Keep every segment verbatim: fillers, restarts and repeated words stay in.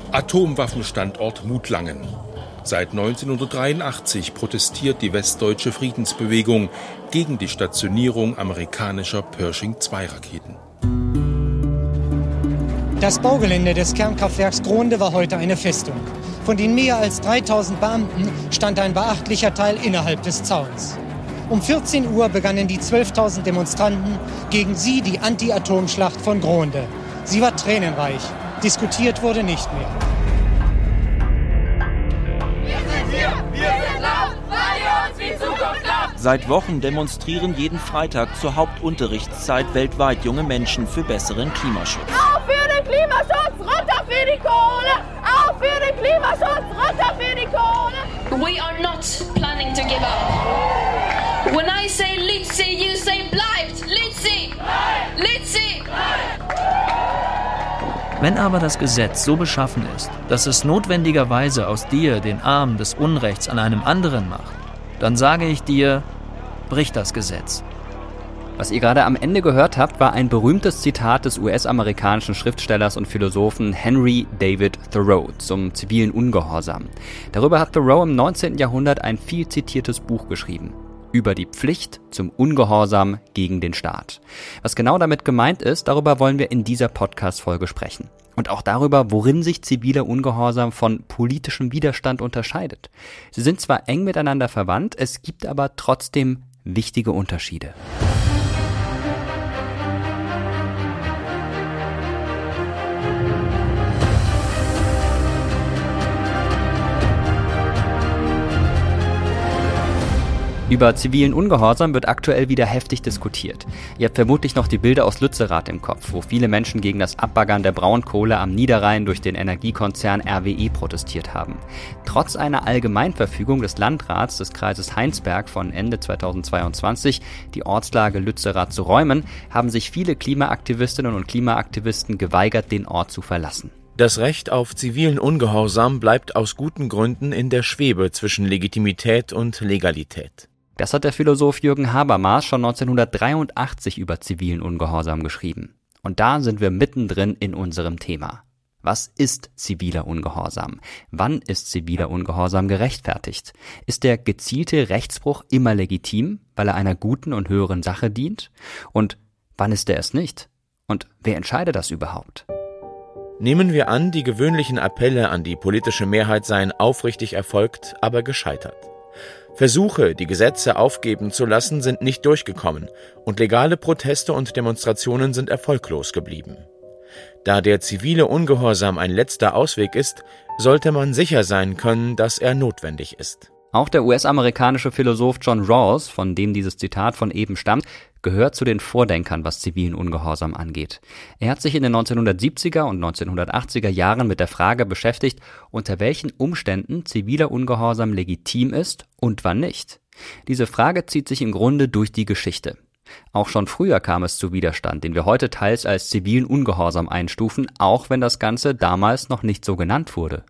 Atomwaffenstandort Mutlangen. Seit neunzehnhundertdreiundachtzig protestiert die westdeutsche Friedensbewegung gegen die Stationierung amerikanischer Pershing zwei Raketen. Das Baugelände des Kernkraftwerks Gronde war heute eine Festung. Von den mehr als dreitausend Beamten stand ein beachtlicher Teil innerhalb des Zauns. Um vierzehn Uhr begannen die zwölftausend Demonstranten gegen sie die Anti-Atom-Schlacht von Gronde. Sie war tränenreich. Diskutiert wurde nicht mehr. Wir sind hier, wir sind laut, weil ihr uns die Zukunft glaubt. Seit Wochen demonstrieren jeden Freitag zur Hauptunterrichtszeit weltweit junge Menschen für besseren Klimaschutz. Auf für den Klimaschutz, runter für die Kohle! Auf für den Klimaschutz, runter für die Kohle! We are not planning to give up. When I say Litzi, you say bleibt! Litzi! Litzi! Wenn aber das Gesetz so beschaffen ist, dass es notwendigerweise aus dir den Arm des Unrechts an einem anderen macht, dann sage ich dir, brich das Gesetz. Was ihr gerade am Ende gehört habt, war ein berühmtes Zitat des U S-amerikanischen Schriftstellers und Philosophen Henry David Thoreau zum zivilen Ungehorsam. Darüber hat Thoreau im neunzehnten Jahrhundert ein viel zitiertes Buch geschrieben. Über die Pflicht zum Ungehorsam gegen den Staat. Was genau damit gemeint ist, darüber wollen wir in dieser Podcast-Folge sprechen. Und auch darüber, worin sich ziviler Ungehorsam von politischem Widerstand unterscheidet. Sie sind zwar eng miteinander verwandt, es gibt aber trotzdem wichtige Unterschiede. Über zivilen Ungehorsam wird aktuell wieder heftig diskutiert. Ihr habt vermutlich noch die Bilder aus Lützerath im Kopf, wo viele Menschen gegen das Abbaggern der Braunkohle am Niederrhein durch den Energiekonzern R W E protestiert haben. Trotz einer Allgemeinverfügung des Landrats des Kreises Heinsberg von Ende zweitausendzweiundzwanzig, die Ortslage Lützerath zu räumen, haben sich viele Klimaaktivistinnen und Klimaaktivisten geweigert, den Ort zu verlassen. Das Recht auf zivilen Ungehorsam bleibt aus guten Gründen in der Schwebe zwischen Legitimität und Legalität. Das hat der Philosoph Jürgen Habermas schon neunzehnhundertdreiundachtzig über zivilen Ungehorsam geschrieben. Und da sind wir mittendrin in unserem Thema. Was ist ziviler Ungehorsam? Wann ist ziviler Ungehorsam gerechtfertigt? Ist der gezielte Rechtsbruch immer legitim, weil er einer guten und höheren Sache dient? Und wann ist er es nicht? Und wer entscheidet das überhaupt? Nehmen wir an, die gewöhnlichen Appelle an die politische Mehrheit seien aufrichtig erfolgt, aber gescheitert. Versuche, die Gesetze aufgeben zu lassen, sind nicht durchgekommen und legale Proteste und Demonstrationen sind erfolglos geblieben. Da der zivile Ungehorsam ein letzter Ausweg ist, sollte man sicher sein können, dass er notwendig ist. Auch der U S-amerikanische Philosoph John Rawls, von dem dieses Zitat von eben stammt, gehört zu den Vordenkern, was zivilen Ungehorsam angeht. Er hat sich in den neunzehnhundertsiebziger und neunzehnhundertachtziger Jahren mit der Frage beschäftigt, unter welchen Umständen ziviler Ungehorsam legitim ist und wann nicht. Diese Frage zieht sich im Grunde durch die Geschichte. Auch schon früher kam es zu Widerstand, den wir heute teils als zivilen Ungehorsam einstufen, auch wenn das Ganze damals noch nicht so genannt wurde.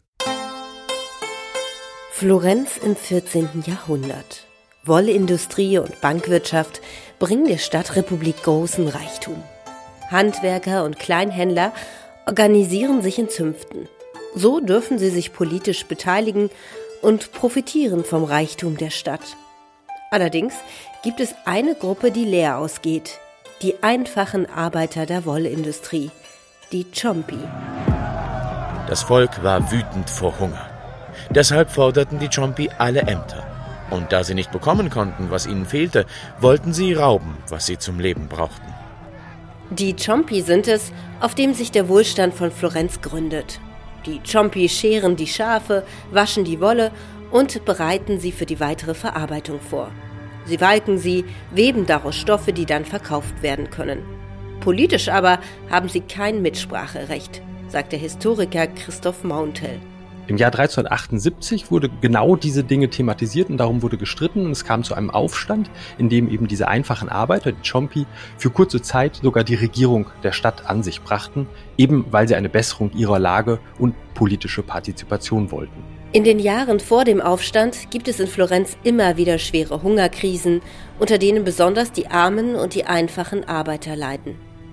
Florenz im vierzehnten Jahrhundert. Wollindustrie und Bankwirtschaft bringen der Stadtrepublik großen Reichtum. Handwerker und Kleinhändler organisieren sich in Zünften. So dürfen sie sich politisch beteiligen und profitieren vom Reichtum der Stadt. Allerdings gibt es eine Gruppe, die leer ausgeht. Die einfachen Arbeiter der Wollindustrie, die Ciompi. Das Volk war wütend vor Hunger. Deshalb forderten die Ciompi alle Ämter. Und da sie nicht bekommen konnten, was ihnen fehlte, wollten sie rauben, was sie zum Leben brauchten. Die Ciompi sind es, auf dem sich der Wohlstand von Florenz gründet. Die Ciompi scheren die Schafe, waschen die Wolle und bereiten sie für die weitere Verarbeitung vor. Sie walken sie, weben daraus Stoffe, die dann verkauft werden können. Politisch aber haben sie kein Mitspracherecht, sagt der Historiker Christoph Mauntel. Im Jahr dreizehnhundertachtundsiebzig wurde genau diese Dinge thematisiert und darum wurde gestritten und es kam zu einem Aufstand, in dem eben diese einfachen Arbeiter, die Ciompi, für kurze Zeit sogar die Regierung der Stadt an sich brachten, eben weil sie eine Besserung ihrer Lage und politische Partizipation wollten. In den Jahren vor dem Aufstand gibt es in Florenz immer wieder schwere Hungerkrisen, unter denen besonders die armen und die einfachen Arbeiter leiden.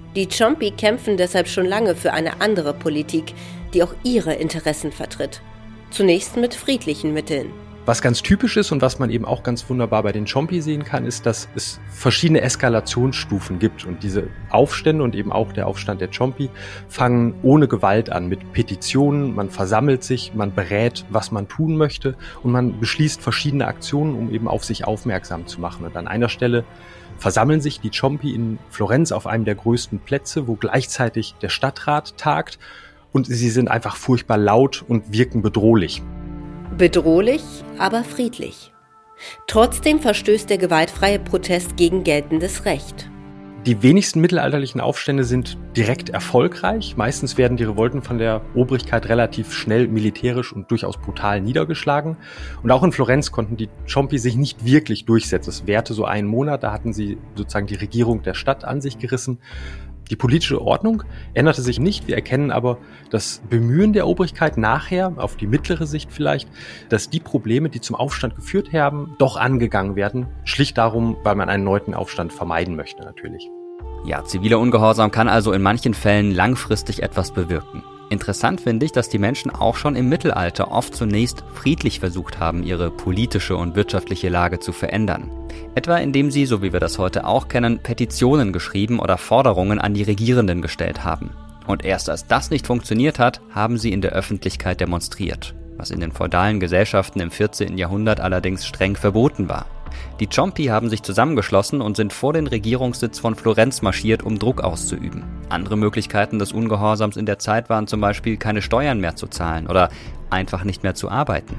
Die Chompi kämpfen deshalb schon lange für eine andere Politik, die auch ihre Interessen vertritt. Zunächst mit friedlichen Mitteln. Was ganz typisch ist und was man eben auch ganz wunderbar bei den Chompi sehen kann, ist, dass es verschiedene Eskalationsstufen gibt. Und diese Aufstände und eben auch der Aufstand der Chompi fangen ohne Gewalt an, mit Petitionen. Man versammelt sich, man berät, was man tun möchte und man beschließt verschiedene Aktionen, um eben auf sich aufmerksam zu machen. Und an einer Stelle versammeln sich die Chompi in Florenz auf einem der größten Plätze, wo gleichzeitig der Stadtrat tagt. Und sie sind einfach furchtbar laut und wirken bedrohlich. Bedrohlich, aber friedlich. Trotzdem verstößt der gewaltfreie Protest gegen geltendes Recht. Die wenigsten mittelalterlichen Aufstände sind direkt erfolgreich. Meistens werden die Revolten von der Obrigkeit relativ schnell militärisch und durchaus brutal niedergeschlagen. Und auch in Florenz konnten die Chompi sich nicht wirklich durchsetzen. Es währte so einen Monat, da hatten sie sozusagen die Regierung der Stadt an sich gerissen. Die politische Ordnung änderte sich nicht. Wir erkennen aber das Bemühen der Obrigkeit nachher, auf die mittlere Sicht vielleicht, dass die Probleme, die zum Aufstand geführt haben, doch angegangen werden. Schlicht darum, weil man einen erneuten Aufstand vermeiden möchte natürlich. Ja, ziviler Ungehorsam kann also in manchen Fällen langfristig etwas bewirken. Interessant finde ich, dass die Menschen auch schon im Mittelalter oft zunächst friedlich versucht haben, ihre politische und wirtschaftliche Lage zu verändern. Etwa indem sie, so wie wir das heute auch kennen, Petitionen geschrieben oder Forderungen an die Regierenden gestellt haben. Und erst als das nicht funktioniert hat, haben sie in der Öffentlichkeit demonstriert, was in den feudalen Gesellschaften im vierzehnten Jahrhundert allerdings streng verboten war. Die Chompi haben sich zusammengeschlossen und sind vor den Regierungssitz von Florenz marschiert, um Druck auszuüben. Andere Möglichkeiten des Ungehorsams in der Zeit waren zum Beispiel, keine Steuern mehr zu zahlen oder einfach nicht mehr zu arbeiten.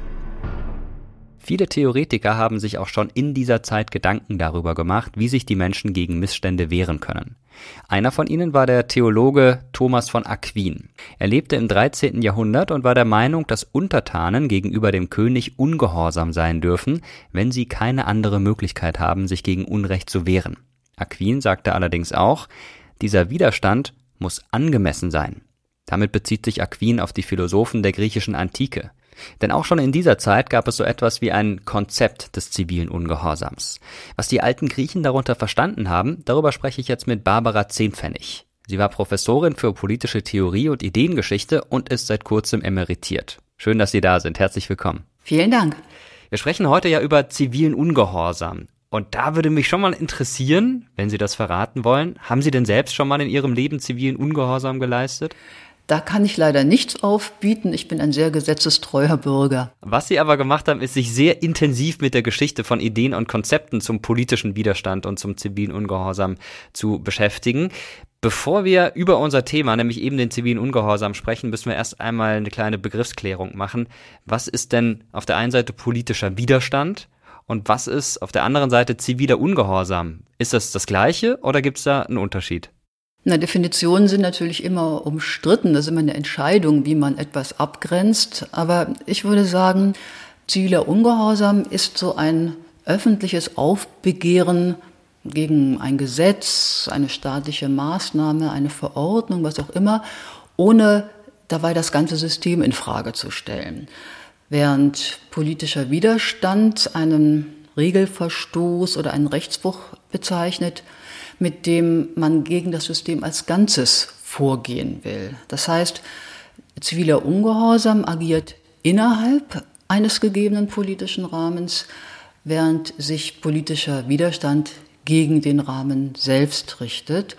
Viele Theoretiker haben sich auch schon in dieser Zeit Gedanken darüber gemacht, wie sich die Menschen gegen Missstände wehren können. Einer von ihnen war der Theologe Thomas von Aquin. Er lebte im dreizehnten Jahrhundert und war der Meinung, dass Untertanen gegenüber dem König ungehorsam sein dürfen, wenn sie keine andere Möglichkeit haben, sich gegen Unrecht zu wehren. Aquin sagte allerdings auch, dieser Widerstand muss angemessen sein. Damit bezieht sich Aquin auf die Philosophen der griechischen Antike. Denn auch schon in dieser Zeit gab es so etwas wie ein Konzept des zivilen Ungehorsams. Was die alten Griechen darunter verstanden haben, darüber spreche ich jetzt mit Barbara Zehnpfennig. Sie war Professorin für politische Theorie und Ideengeschichte und ist seit kurzem emeritiert. Schön, dass Sie da sind. Herzlich willkommen. Vielen Dank. Wir sprechen heute ja über zivilen Ungehorsam. Und da würde mich schon mal interessieren, wenn Sie das verraten wollen, haben Sie denn selbst schon mal in Ihrem Leben zivilen Ungehorsam geleistet? Da kann ich leider nichts aufbieten. Ich bin ein sehr gesetzestreuer Bürger. Was Sie aber gemacht haben, ist sich sehr intensiv mit der Geschichte von Ideen und Konzepten zum politischen Widerstand und zum zivilen Ungehorsam zu beschäftigen. Bevor wir über unser Thema, nämlich eben den zivilen Ungehorsam, sprechen, müssen wir erst einmal eine kleine Begriffsklärung machen. Was ist denn auf der einen Seite politischer Widerstand und was ist auf der anderen Seite ziviler Ungehorsam? Ist das das Gleiche oder gibt es da einen Unterschied? Na, Definitionen sind natürlich immer umstritten. Das ist immer eine Entscheidung, wie man etwas abgrenzt. Aber ich würde sagen, ziviler Ungehorsam ist so ein öffentliches Aufbegehren gegen ein Gesetz, eine staatliche Maßnahme, eine Verordnung, was auch immer, ohne dabei das ganze System in Frage zu stellen. Während politischer Widerstand einen Regelverstoß oder einen Rechtsbruch bezeichnet, mit dem man gegen das System als Ganzes vorgehen will. Das heißt, ziviler Ungehorsam agiert innerhalb eines gegebenen politischen Rahmens, während sich politischer Widerstand gegen den Rahmen selbst richtet.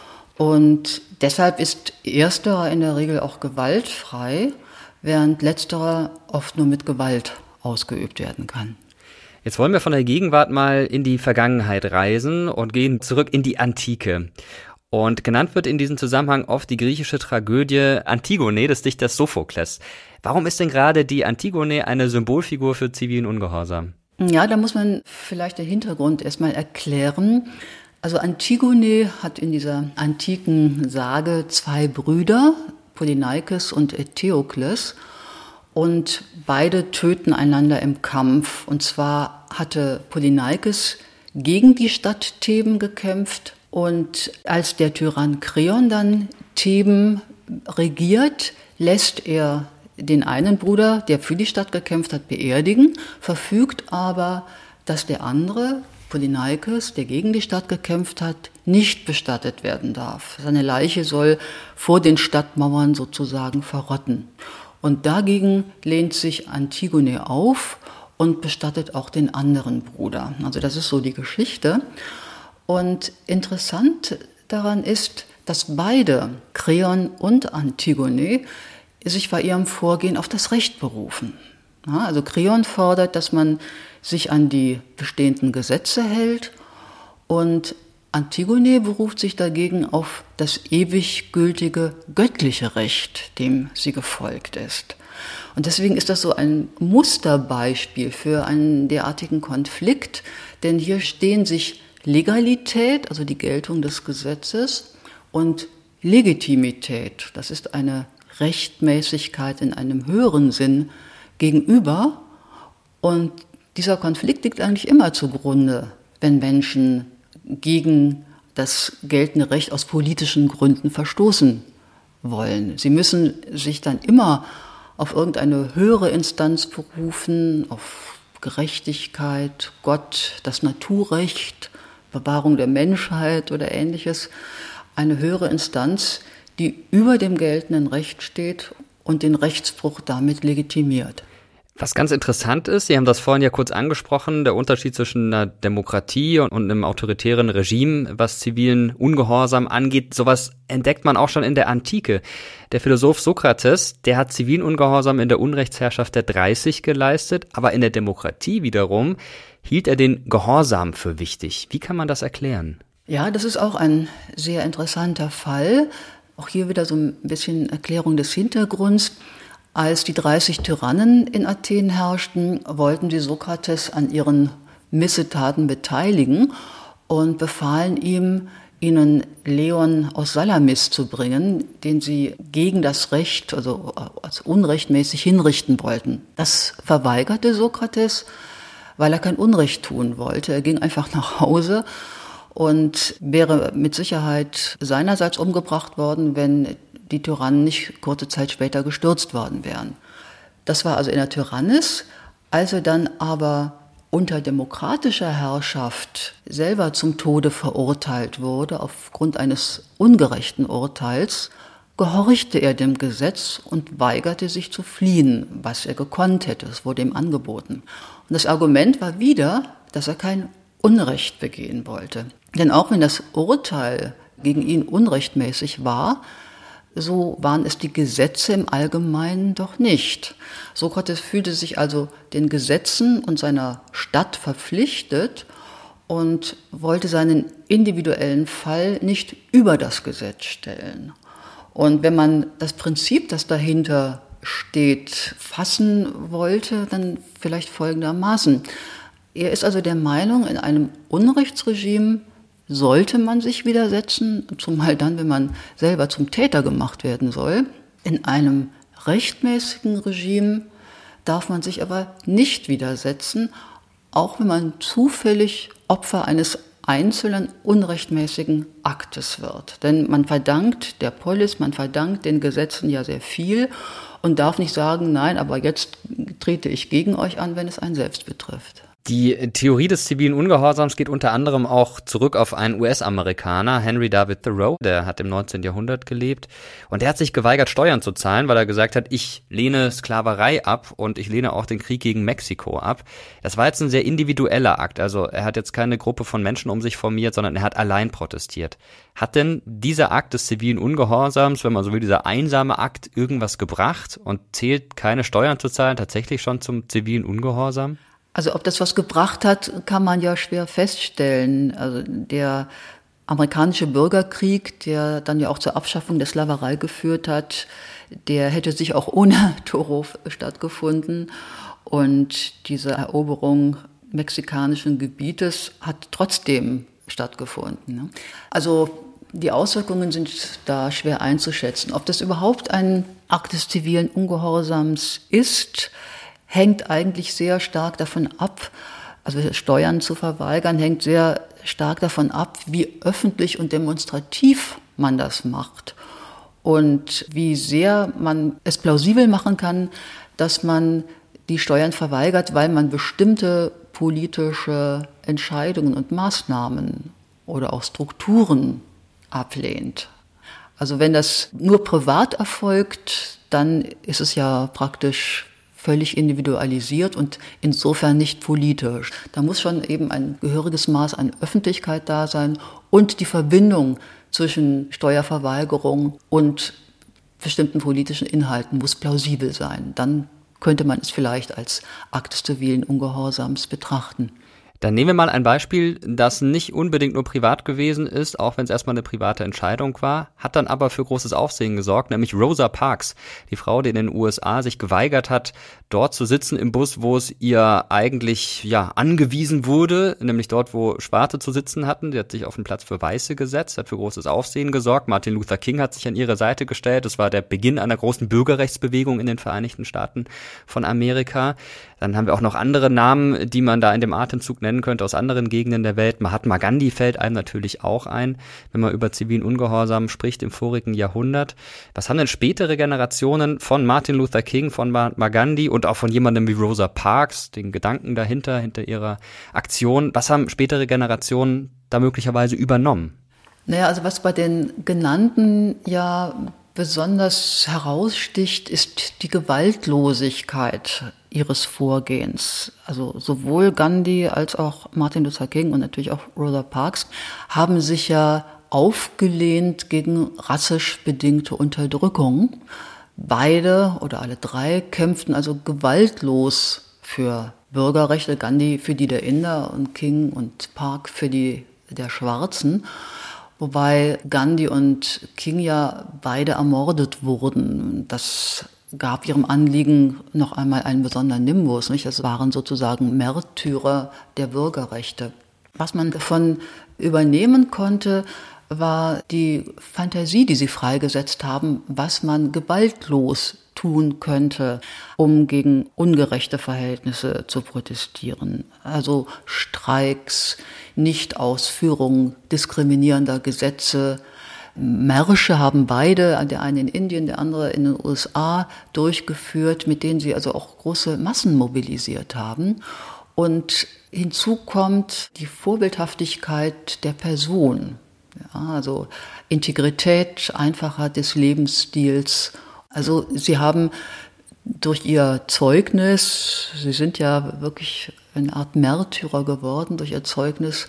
Und deshalb ist ersterer in der Regel auch gewaltfrei, während letzterer oft nur mit Gewalt ausgeübt werden kann. Jetzt wollen wir von der Gegenwart mal in die Vergangenheit reisen und gehen zurück in die Antike. Und genannt wird in diesem Zusammenhang oft die griechische Tragödie Antigone des Dichters Sophokles. Warum ist denn gerade die Antigone eine Symbolfigur für zivilen Ungehorsam? Ja, da muss man vielleicht den Hintergrund erstmal erklären. Also Antigone hat in dieser antiken Sage zwei Brüder, Polyneikes und Eteokles. Und beide töten einander im Kampf. Und zwar hatte Polyneikes gegen die Stadt Theben gekämpft. Und als der Tyrann Kreon dann Theben regiert, lässt er den einen Bruder, der für die Stadt gekämpft hat, beerdigen, verfügt aber, dass der andere, Polyneikes, der gegen die Stadt gekämpft hat, nicht bestattet werden darf. Seine Leiche soll vor den Stadtmauern sozusagen verrotten. Und dagegen lehnt sich Antigone auf und bestattet auch den anderen Bruder. Also das ist so die Geschichte. Und interessant daran ist, dass beide, Kreon und Antigone, sich bei ihrem Vorgehen auf das Recht berufen. Ja, also Kreon fordert, dass man sich an die bestehenden Gesetze hält, und Antigone beruft sich dagegen auf das ewig gültige göttliche Recht, dem sie gefolgt ist. Und deswegen ist das so ein Musterbeispiel für einen derartigen Konflikt, denn hier stehen sich Legalität, also die Geltung des Gesetzes, und Legitimität, das ist eine Rechtmäßigkeit in einem höheren Sinn, gegenüber. Und dieser Konflikt liegt eigentlich immer zugrunde, wenn Menschen gegen das geltende Recht aus politischen Gründen verstoßen wollen. Sie müssen sich dann immer auf irgendeine höhere Instanz berufen, auf Gerechtigkeit, Gott, das Naturrecht, Bewahrung der Menschheit oder Ähnliches. Eine höhere Instanz, die über dem geltenden Recht steht und den Rechtsbruch damit legitimiert. Was ganz interessant ist, Sie haben das vorhin ja kurz angesprochen, der Unterschied zwischen einer Demokratie und einem autoritären Regime, was zivilen Ungehorsam angeht, sowas entdeckt man auch schon in der Antike. Der Philosoph Sokrates, der hat zivilen Ungehorsam in der Unrechtsherrschaft der dreißig geleistet, aber in der Demokratie wiederum hielt er den Gehorsam für wichtig. Wie kann man das erklären? Ja, das ist auch ein sehr interessanter Fall. Auch hier wieder so ein bisschen Erklärung des Hintergrunds. Als die dreißig Tyrannen in Athen herrschten, wollten sie Sokrates an ihren Missetaten beteiligen und befahlen ihm, ihnen Leon aus Salamis zu bringen, den sie gegen das Recht, also als unrechtmäßig hinrichten wollten. Das verweigerte Sokrates, weil er kein Unrecht tun wollte. Er ging einfach nach Hause und wäre mit Sicherheit seinerseits umgebracht worden, wenn die Tyrannen nicht kurze Zeit später gestürzt worden wären. Das war also in der Tyrannis. Als er dann aber unter demokratischer Herrschaft selber zum Tode verurteilt wurde, aufgrund eines ungerechten Urteils, gehorchte er dem Gesetz und weigerte sich zu fliehen, was er gekonnt hätte. Es wurde ihm angeboten. Und das Argument war wieder, dass er kein Unrecht begehen wollte. Denn auch wenn das Urteil gegen ihn unrechtmäßig war, so waren es die Gesetze im Allgemeinen doch nicht. Sokrates fühlte sich also den Gesetzen und seiner Stadt verpflichtet und wollte seinen individuellen Fall nicht über das Gesetz stellen. Und wenn man das Prinzip, das dahinter steht, fassen wollte, dann vielleicht folgendermaßen. Er ist also der Meinung, in einem Unrechtsregime sollte man sich widersetzen, zumal dann, wenn man selber zum Täter gemacht werden soll. In einem rechtmäßigen Regime darf man sich aber nicht widersetzen, auch wenn man zufällig Opfer eines einzelnen unrechtmäßigen Aktes wird. Denn man verdankt der Polis, man verdankt den Gesetzen ja sehr viel und darf nicht sagen, nein, aber jetzt trete ich gegen euch an, wenn es einen selbst betrifft. Die Theorie des zivilen Ungehorsams geht unter anderem auch zurück auf einen U S-Amerikaner, Henry David Thoreau, der hat im neunzehnten Jahrhundert gelebt und der hat sich geweigert, Steuern zu zahlen, weil er gesagt hat, ich lehne Sklaverei ab und ich lehne auch den Krieg gegen Mexiko ab. Das war jetzt ein sehr individueller Akt, also er hat jetzt keine Gruppe von Menschen um sich formiert, sondern er hat allein protestiert. Hat denn dieser Akt des zivilen Ungehorsams, wenn man so will, dieser einsame Akt irgendwas gebracht und zählt keine Steuern zu zahlen tatsächlich schon zum zivilen Ungehorsam? Also ob das was gebracht hat, kann man ja schwer feststellen. Also der amerikanische Bürgerkrieg, der dann ja auch zur Abschaffung der Sklaverei geführt hat, der hätte sich auch ohne Thoreau stattgefunden. Und diese Eroberung mexikanischen Gebietes hat trotzdem stattgefunden. Also die Auswirkungen sind da schwer einzuschätzen. Ob das überhaupt ein Akt des zivilen Ungehorsams ist, hängt eigentlich sehr stark davon ab, also Steuern zu verweigern, hängt sehr stark davon ab, wie öffentlich und demonstrativ man das macht und wie sehr man es plausibel machen kann, dass man die Steuern verweigert, weil man bestimmte politische Entscheidungen und Maßnahmen oder auch Strukturen ablehnt. Also wenn das nur privat erfolgt, dann ist es ja praktisch völlig individualisiert und insofern nicht politisch. Da muss schon eben ein gehöriges Maß an Öffentlichkeit da sein und die Verbindung zwischen Steuerverweigerung und bestimmten politischen Inhalten muss plausibel sein. Dann könnte man es vielleicht als Akt des zivilen Ungehorsams betrachten. Dann nehmen wir mal ein Beispiel, das nicht unbedingt nur privat gewesen ist, auch wenn es erstmal eine private Entscheidung war, hat dann aber für großes Aufsehen gesorgt, nämlich Rosa Parks, die Frau, die in den U S A sich geweigert hat, dort zu sitzen im Bus, wo es ihr eigentlich ja angewiesen wurde, nämlich dort, wo Schwarze zu sitzen hatten. Die hat sich auf den Platz für Weiße gesetzt, hat für großes Aufsehen gesorgt. Martin Luther King hat sich an ihre Seite gestellt. Das war der Beginn einer großen Bürgerrechtsbewegung in den Vereinigten Staaten von Amerika. Dann haben wir auch noch andere Namen, die man da in dem Atemzug nennen könnte aus anderen Gegenden der Welt. Mahatma Gandhi fällt einem natürlich auch ein, wenn man über zivilen Ungehorsam spricht im vorigen Jahrhundert. Was haben denn spätere Generationen von Martin Luther King, von Mahatma Gandhi und auch von jemandem wie Rosa Parks, den Gedanken dahinter, hinter ihrer Aktion, was haben spätere Generationen da möglicherweise übernommen? Naja, also was bei den genannten ja besonders heraussticht, ist die Gewaltlosigkeit ihres Vorgehens. Also sowohl Gandhi als auch Martin Luther King und natürlich auch Rosa Parks haben sich ja aufgelehnt gegen rassisch bedingte Unterdrückung. Beide oder alle drei kämpften also gewaltlos für Bürgerrechte, Gandhi für die der Inder und King und Park für die der Schwarzen. Wobei Gandhi und King ja beide ermordet wurden. Das gab ihrem Anliegen noch einmal einen besonderen Nimbus, nicht? Das waren sozusagen Märtyrer der Bürgerrechte. Was man davon übernehmen konnte, war die Fantasie, die sie freigesetzt haben, was man gewaltlos tun könnte, um gegen ungerechte Verhältnisse zu protestieren. Also Streiks, Nichtausführung diskriminierender Gesetze. Märsche haben beide, der eine in Indien, der andere in den U S A, durchgeführt, mit denen sie also auch große Massen mobilisiert haben. Und hinzu kommt die Vorbildhaftigkeit der Person. Ja, also Integrität, Einfachheit des Lebensstils. Also sie haben durch ihr Zeugnis, sie sind ja wirklich eine Art Märtyrer geworden, durch ihr Zeugnis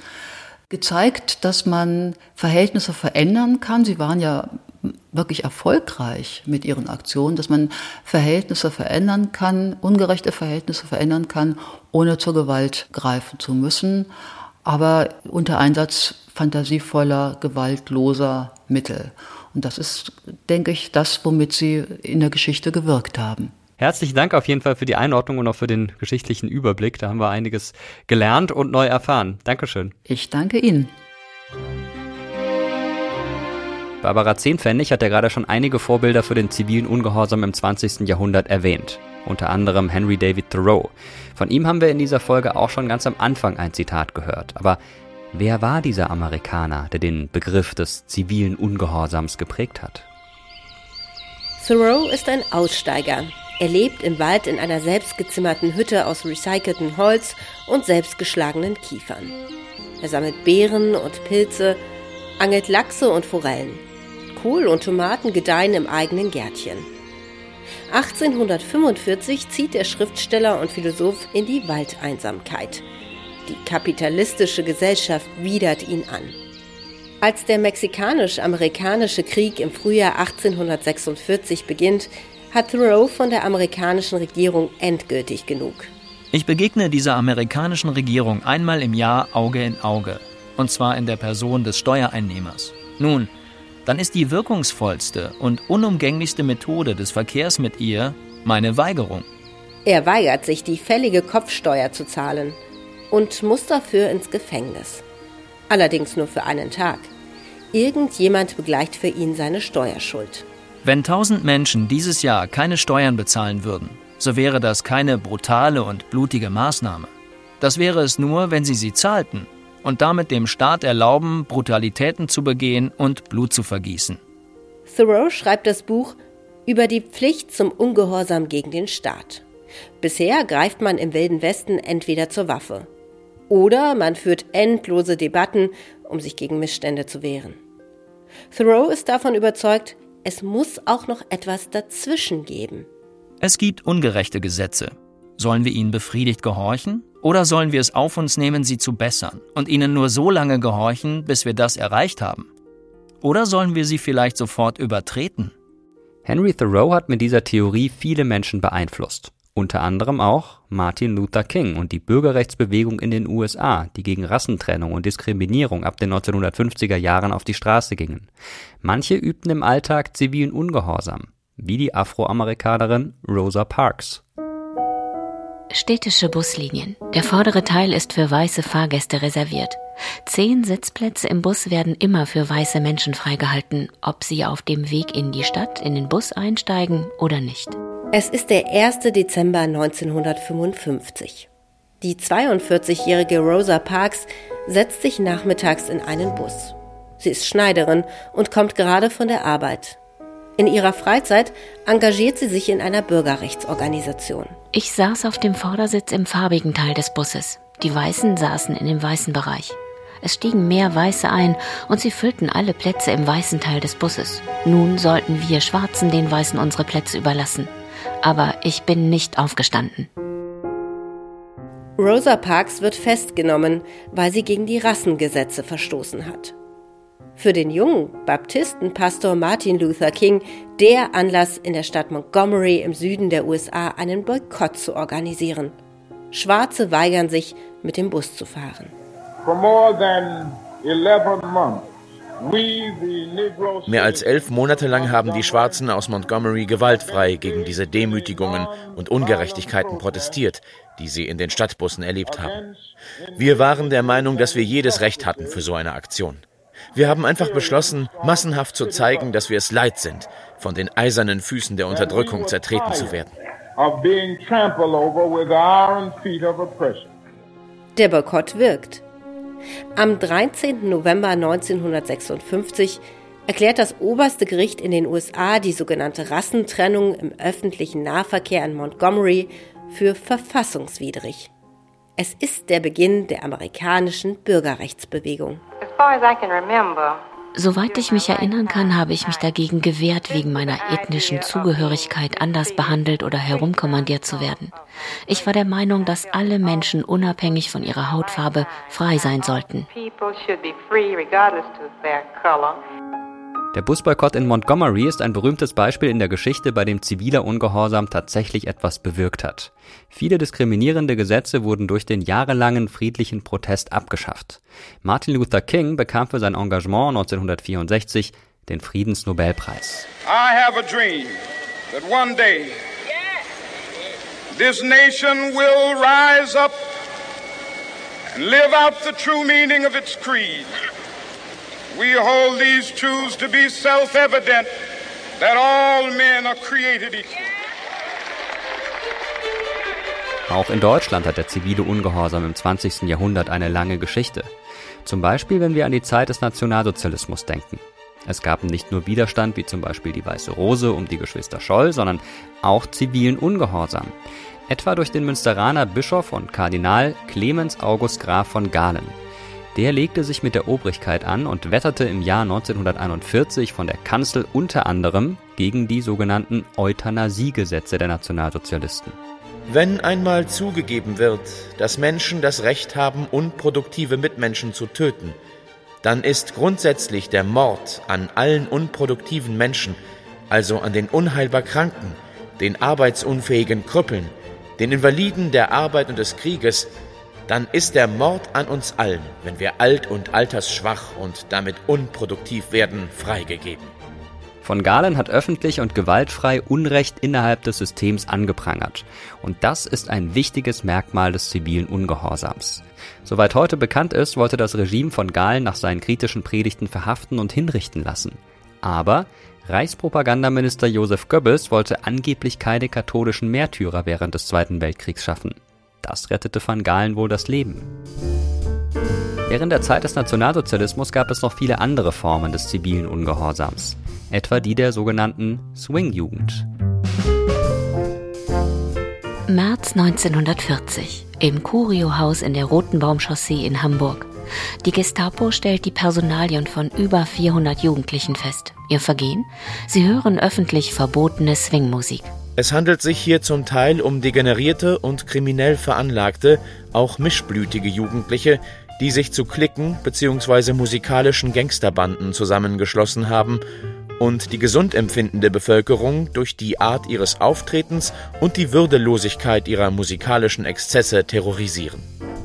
gezeigt, dass man Verhältnisse verändern kann. Sie waren ja wirklich erfolgreich mit ihren Aktionen, dass man Verhältnisse verändern kann, ungerechte Verhältnisse verändern kann, ohne zur Gewalt greifen zu müssen, aber unter Einsatz fantasievoller, gewaltloser Mittel. Und das ist, denke ich, das, womit sie in der Geschichte gewirkt haben. Herzlichen Dank auf jeden Fall für die Einordnung und auch für den geschichtlichen Überblick. Da haben wir einiges gelernt und neu erfahren. Dankeschön. Ich danke Ihnen. Barbara Zehnpfennig hat ja gerade schon einige Vorbilder für den zivilen Ungehorsam im zwanzigsten Jahrhundert erwähnt. Unter anderem Henry David Thoreau. Von ihm haben wir in dieser Folge auch schon ganz am Anfang ein Zitat gehört. Aber wer war dieser Amerikaner, der den Begriff des zivilen Ungehorsams geprägt hat? Thoreau ist ein Aussteiger. Er lebt im Wald in einer selbstgezimmerten Hütte aus recyceltem Holz und selbstgeschlagenen Kiefern. Er sammelt Beeren und Pilze, angelt Lachse und Forellen. Kohl und Tomaten gedeihen im eigenen Gärtchen. achtzehnhundertfünfundvierzig zieht der Schriftsteller und Philosoph in die Waldeinsamkeit. Die kapitalistische Gesellschaft widert ihn an. Als der Mexikanisch-Amerikanische Krieg im Frühjahr achtzehnhundertsechsundvierzig beginnt, hat Thoreau von der amerikanischen Regierung endgültig genug. Ich begegne dieser amerikanischen Regierung einmal im Jahr Auge in Auge. Und zwar in der Person des Steuereinnehmers. Nun, dann ist die wirkungsvollste und unumgänglichste Methode des Verkehrs mit ihr meine Weigerung. Er weigert sich, die fällige Kopfsteuer zu zahlen und muss dafür ins Gefängnis. Allerdings nur für einen Tag. Irgendjemand begleicht für ihn seine Steuerschuld. Wenn tausend Menschen dieses Jahr keine Steuern bezahlen würden, so wäre das keine brutale und blutige Maßnahme. Das wäre es nur, wenn sie sie zahlten und damit dem Staat erlauben, Brutalitäten zu begehen und Blut zu vergießen. Thoreau schreibt das Buch über die Pflicht zum Ungehorsam gegen den Staat. Bisher greift man im Wilden Westen entweder zur Waffe oder man führt endlose Debatten, um sich gegen Missstände zu wehren. Thoreau ist davon überzeugt, es muss auch noch etwas dazwischen geben. Es gibt ungerechte Gesetze. Sollen wir ihnen befriedigt gehorchen? Oder sollen wir es auf uns nehmen, sie zu bessern und ihnen nur so lange gehorchen, bis wir das erreicht haben? Oder sollen wir sie vielleicht sofort übertreten? Henry Thoreau hat mit dieser Theorie viele Menschen beeinflusst. Unter anderem auch Martin Luther King und die Bürgerrechtsbewegung in den U S A, die gegen Rassentrennung und Diskriminierung ab den neunzehnhundertfünfziger Jahren auf die Straße gingen. Manche übten im Alltag zivilen Ungehorsam, wie die Afroamerikanerin Rosa Parks. Städtische Buslinien. Der vordere Teil ist für weiße Fahrgäste reserviert. Zehn Sitzplätze im Bus werden immer für weiße Menschen freigehalten, ob sie auf dem Weg in die Stadt in den Bus einsteigen oder nicht. Es ist der erste Dezember neunzehnhundertfünfundfünfzig. Die zweiundvierzigjährige Rosa Parks setzt sich nachmittags in einen Bus. Sie ist Schneiderin und kommt gerade von der Arbeit. In ihrer Freizeit engagiert sie sich in einer Bürgerrechtsorganisation. Ich saß auf dem Vordersitz im farbigen Teil des Busses. Die Weißen saßen in dem weißen Bereich. Es stiegen mehr Weiße ein und sie füllten alle Plätze im weißen Teil des Busses. Nun sollten wir Schwarzen den Weißen unsere Plätze überlassen. Aber ich bin nicht aufgestanden. Rosa Parks wird festgenommen, weil sie gegen die Rassengesetze verstoßen hat. Für den jungen Baptistenpastor Martin Luther King der Anlass, in der Stadt Montgomery im Süden der U S A einen Boykott zu organisieren. Schwarze weigern sich, mit dem Bus zu fahren. For more than eleven months, we, the Negroes... Mehr als elf Monate lang haben die Schwarzen aus Montgomery gewaltfrei gegen diese Demütigungen und Ungerechtigkeiten protestiert, die sie in den Stadtbussen erlebt haben. Wir waren der Meinung, dass wir jedes Recht hatten für so eine Aktion. Wir haben einfach beschlossen, massenhaft zu zeigen, dass wir es leid sind, von den eisernen Füßen der Unterdrückung zertreten zu werden. Der Boykott wirkt. Am dreizehnten November neunzehnhundertsechsundfünfzig erklärt das oberste Gericht in den U S A die sogenannte Rassentrennung im öffentlichen Nahverkehr in Montgomery für verfassungswidrig. Es ist der Beginn der amerikanischen Bürgerrechtsbewegung. Soweit ich mich erinnern kann, habe ich mich dagegen gewehrt, wegen meiner ethnischen Zugehörigkeit anders behandelt oder herumkommandiert zu werden. Ich war der Meinung, dass alle Menschen unabhängig von ihrer Hautfarbe frei sein sollten. Der Busboykott in Montgomery ist ein berühmtes Beispiel in der Geschichte, bei dem ziviler Ungehorsam tatsächlich etwas bewirkt hat. Viele diskriminierende Gesetze wurden durch den jahrelangen friedlichen Protest abgeschafft. Martin Luther King bekam für sein Engagement neunzehnhundertvierundsechzig den Friedensnobelpreis. I have a dream that one day this nation will rise up and live out the true meaning of its creed. We hold these truths to be self-evident, that all men are created equal. Auch in Deutschland hat der zivile Ungehorsam im zwanzigsten Jahrhundert eine lange Geschichte. Zum Beispiel, wenn wir an die Zeit des Nationalsozialismus denken. Es gab nicht nur Widerstand, wie zum Beispiel die Weiße Rose um die Geschwister Scholl, sondern auch zivilen Ungehorsam. Etwa durch den Münsteraner Bischof und Kardinal Clemens August Graf von Galen. Der legte sich mit der Obrigkeit an und wetterte im Jahr neunzehnhunderteinundvierzig von der Kanzel unter anderem gegen die sogenannten Euthanasiegesetze der Nationalsozialisten. Wenn einmal zugegeben wird, dass Menschen das Recht haben, unproduktive Mitmenschen zu töten, dann ist grundsätzlich der Mord an allen unproduktiven Menschen, also an den unheilbar Kranken, den arbeitsunfähigen Krüppeln, den Invaliden der Arbeit und des Krieges, dann ist der Mord an uns allen, wenn wir alt und altersschwach und damit unproduktiv werden, freigegeben. Von Galen hat öffentlich und gewaltfrei Unrecht innerhalb des Systems angeprangert. Und das ist ein wichtiges Merkmal des zivilen Ungehorsams. Soweit heute bekannt ist, wollte das Regime von Galen nach seinen kritischen Predigten verhaften und hinrichten lassen. Aber Reichspropagandaminister Joseph Goebbels wollte angeblich keine katholischen Märtyrer während des Zweiten Weltkriegs schaffen. Das rettete van Galen wohl das Leben. Während der Zeit des Nationalsozialismus gab es noch viele andere Formen des zivilen Ungehorsams, etwa die der sogenannten Swing-Jugend. März neunzehnhundertvierzig, im Curio-Haus in der Rotenbaumchaussee in Hamburg. Die Gestapo stellt die Personalien von über vierhundert Jugendlichen fest. Ihr Vergehen? Sie hören öffentlich verbotene Swingmusik. Es handelt sich hier zum Teil um degenerierte und kriminell veranlagte, auch mischblütige Jugendliche, die sich zu Cliquen bzw. musikalischen Gangsterbanden zusammengeschlossen haben und die gesund empfindende Bevölkerung durch die Art ihres Auftretens und die Würdelosigkeit ihrer musikalischen Exzesse terrorisieren.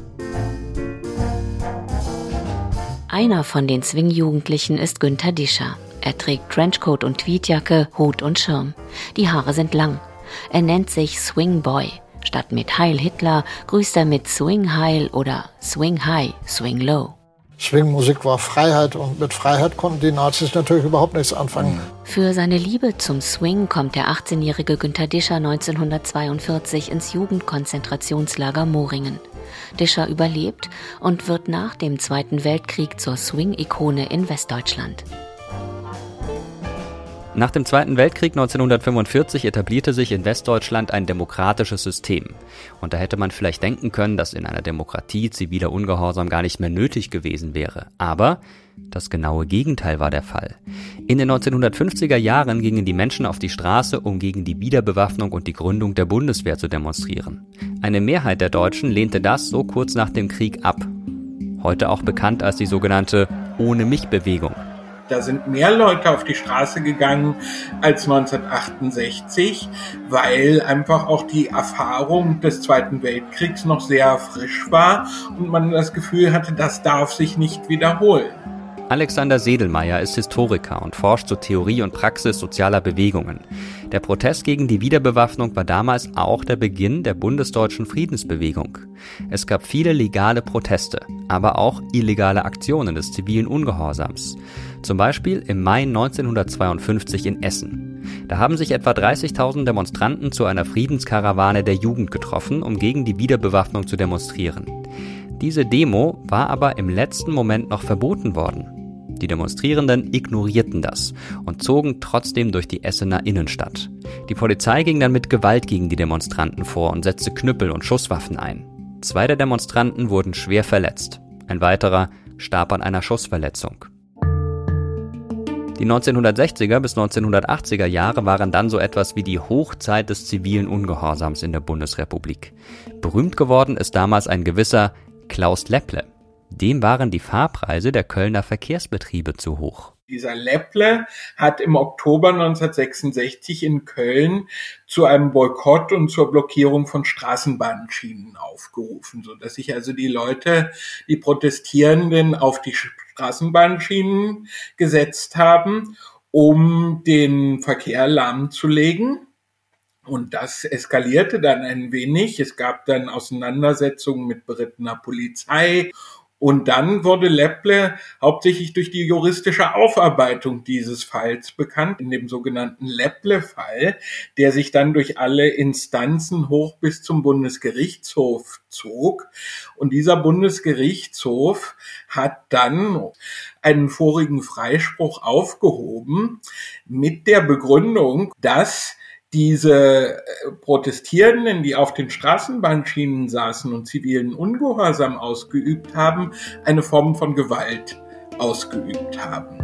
Einer von den Swing-Jugendlichen ist Günter Discher. Er trägt Trenchcoat und Tweedjacke, Hut und Schirm. Die Haare sind lang. Er nennt sich Swing Boy. Statt mit Heil Hitler grüßt er mit Swing Heil oder Swing High, Swing Low. Swingmusik war Freiheit und mit Freiheit konnten die Nazis natürlich überhaupt nichts anfangen. Für seine Liebe zum Swing kommt der achtzehnjährige Günter Discher neunzehnhundertzweiundvierzig ins Jugendkonzentrationslager Moringen. Discher überlebt und wird nach dem Zweiten Weltkrieg zur Swing-Ikone in Westdeutschland. Nach dem Zweiten Weltkrieg neunzehnhundertfünfundvierzig etablierte sich in Westdeutschland ein demokratisches System. Und da hätte man vielleicht denken können, dass in einer Demokratie ziviler Ungehorsam gar nicht mehr nötig gewesen wäre. Aber das genaue Gegenteil war der Fall. In den neunzehnhundertfünfziger Jahren gingen die Menschen auf die Straße, um gegen die Wiederbewaffnung und die Gründung der Bundeswehr zu demonstrieren. Eine Mehrheit der Deutschen lehnte das so kurz nach dem Krieg ab. Heute auch bekannt als die sogenannte Ohne-mich-Bewegung. Da sind mehr Leute auf die Straße gegangen als neunzehnhundertachtundsechzig, weil einfach auch die Erfahrung des Zweiten Weltkriegs noch sehr frisch war und man das Gefühl hatte, das darf sich nicht wiederholen. Alexander Sedelmeier ist Historiker und forscht zur Theorie und Praxis sozialer Bewegungen. Der Protest gegen die Wiederbewaffnung war damals auch der Beginn der bundesdeutschen Friedensbewegung. Es gab viele legale Proteste, aber auch illegale Aktionen des zivilen Ungehorsams. Zum Beispiel im Mai neunzehnhundertzweiundfünfzig in Essen. Da haben sich etwa dreißigtausend Demonstranten zu einer Friedenskarawane der Jugend getroffen, um gegen die Wiederbewaffnung zu demonstrieren. Diese Demo war aber im letzten Moment noch verboten worden. Die Demonstrierenden ignorierten das und zogen trotzdem durch die Essener Innenstadt. Die Polizei ging dann mit Gewalt gegen die Demonstranten vor und setzte Knüppel und Schusswaffen ein. Zwei der Demonstranten wurden schwer verletzt. Ein weiterer starb an einer Schussverletzung. Die neunzehnhundertsechziger bis neunzehnhundertachtziger Jahre waren dann so etwas wie die Hochzeit des zivilen Ungehorsams in der Bundesrepublik. Berühmt geworden ist damals ein gewisser Klaus Lepple. Dem waren die Fahrpreise der Kölner Verkehrsbetriebe zu hoch. Dieser Lepple hat im Oktober neunzehnhundertsechsundsechzig in Köln zu einem Boykott und zur Blockierung von Straßenbahnschienen aufgerufen, sodass sich also die Leute, die Protestierenden, auf die Straßenbahnschienen gesetzt haben, um den Verkehr lahmzulegen. Und das eskalierte dann ein wenig. Es gab dann Auseinandersetzungen mit berittener Polizei. Und dann wurde Lepple hauptsächlich durch die juristische Aufarbeitung dieses Falls bekannt, in dem sogenannten Lepple-Fall, der sich dann durch alle Instanzen hoch bis zum Bundesgerichtshof zog. Und dieser Bundesgerichtshof hat dann einen vorigen Freispruch aufgehoben mit der Begründung, dass diese Protestierenden, die auf den Straßenbahnschienen saßen und zivilen Ungehorsam ausgeübt haben, eine Form von Gewalt ausgeübt haben.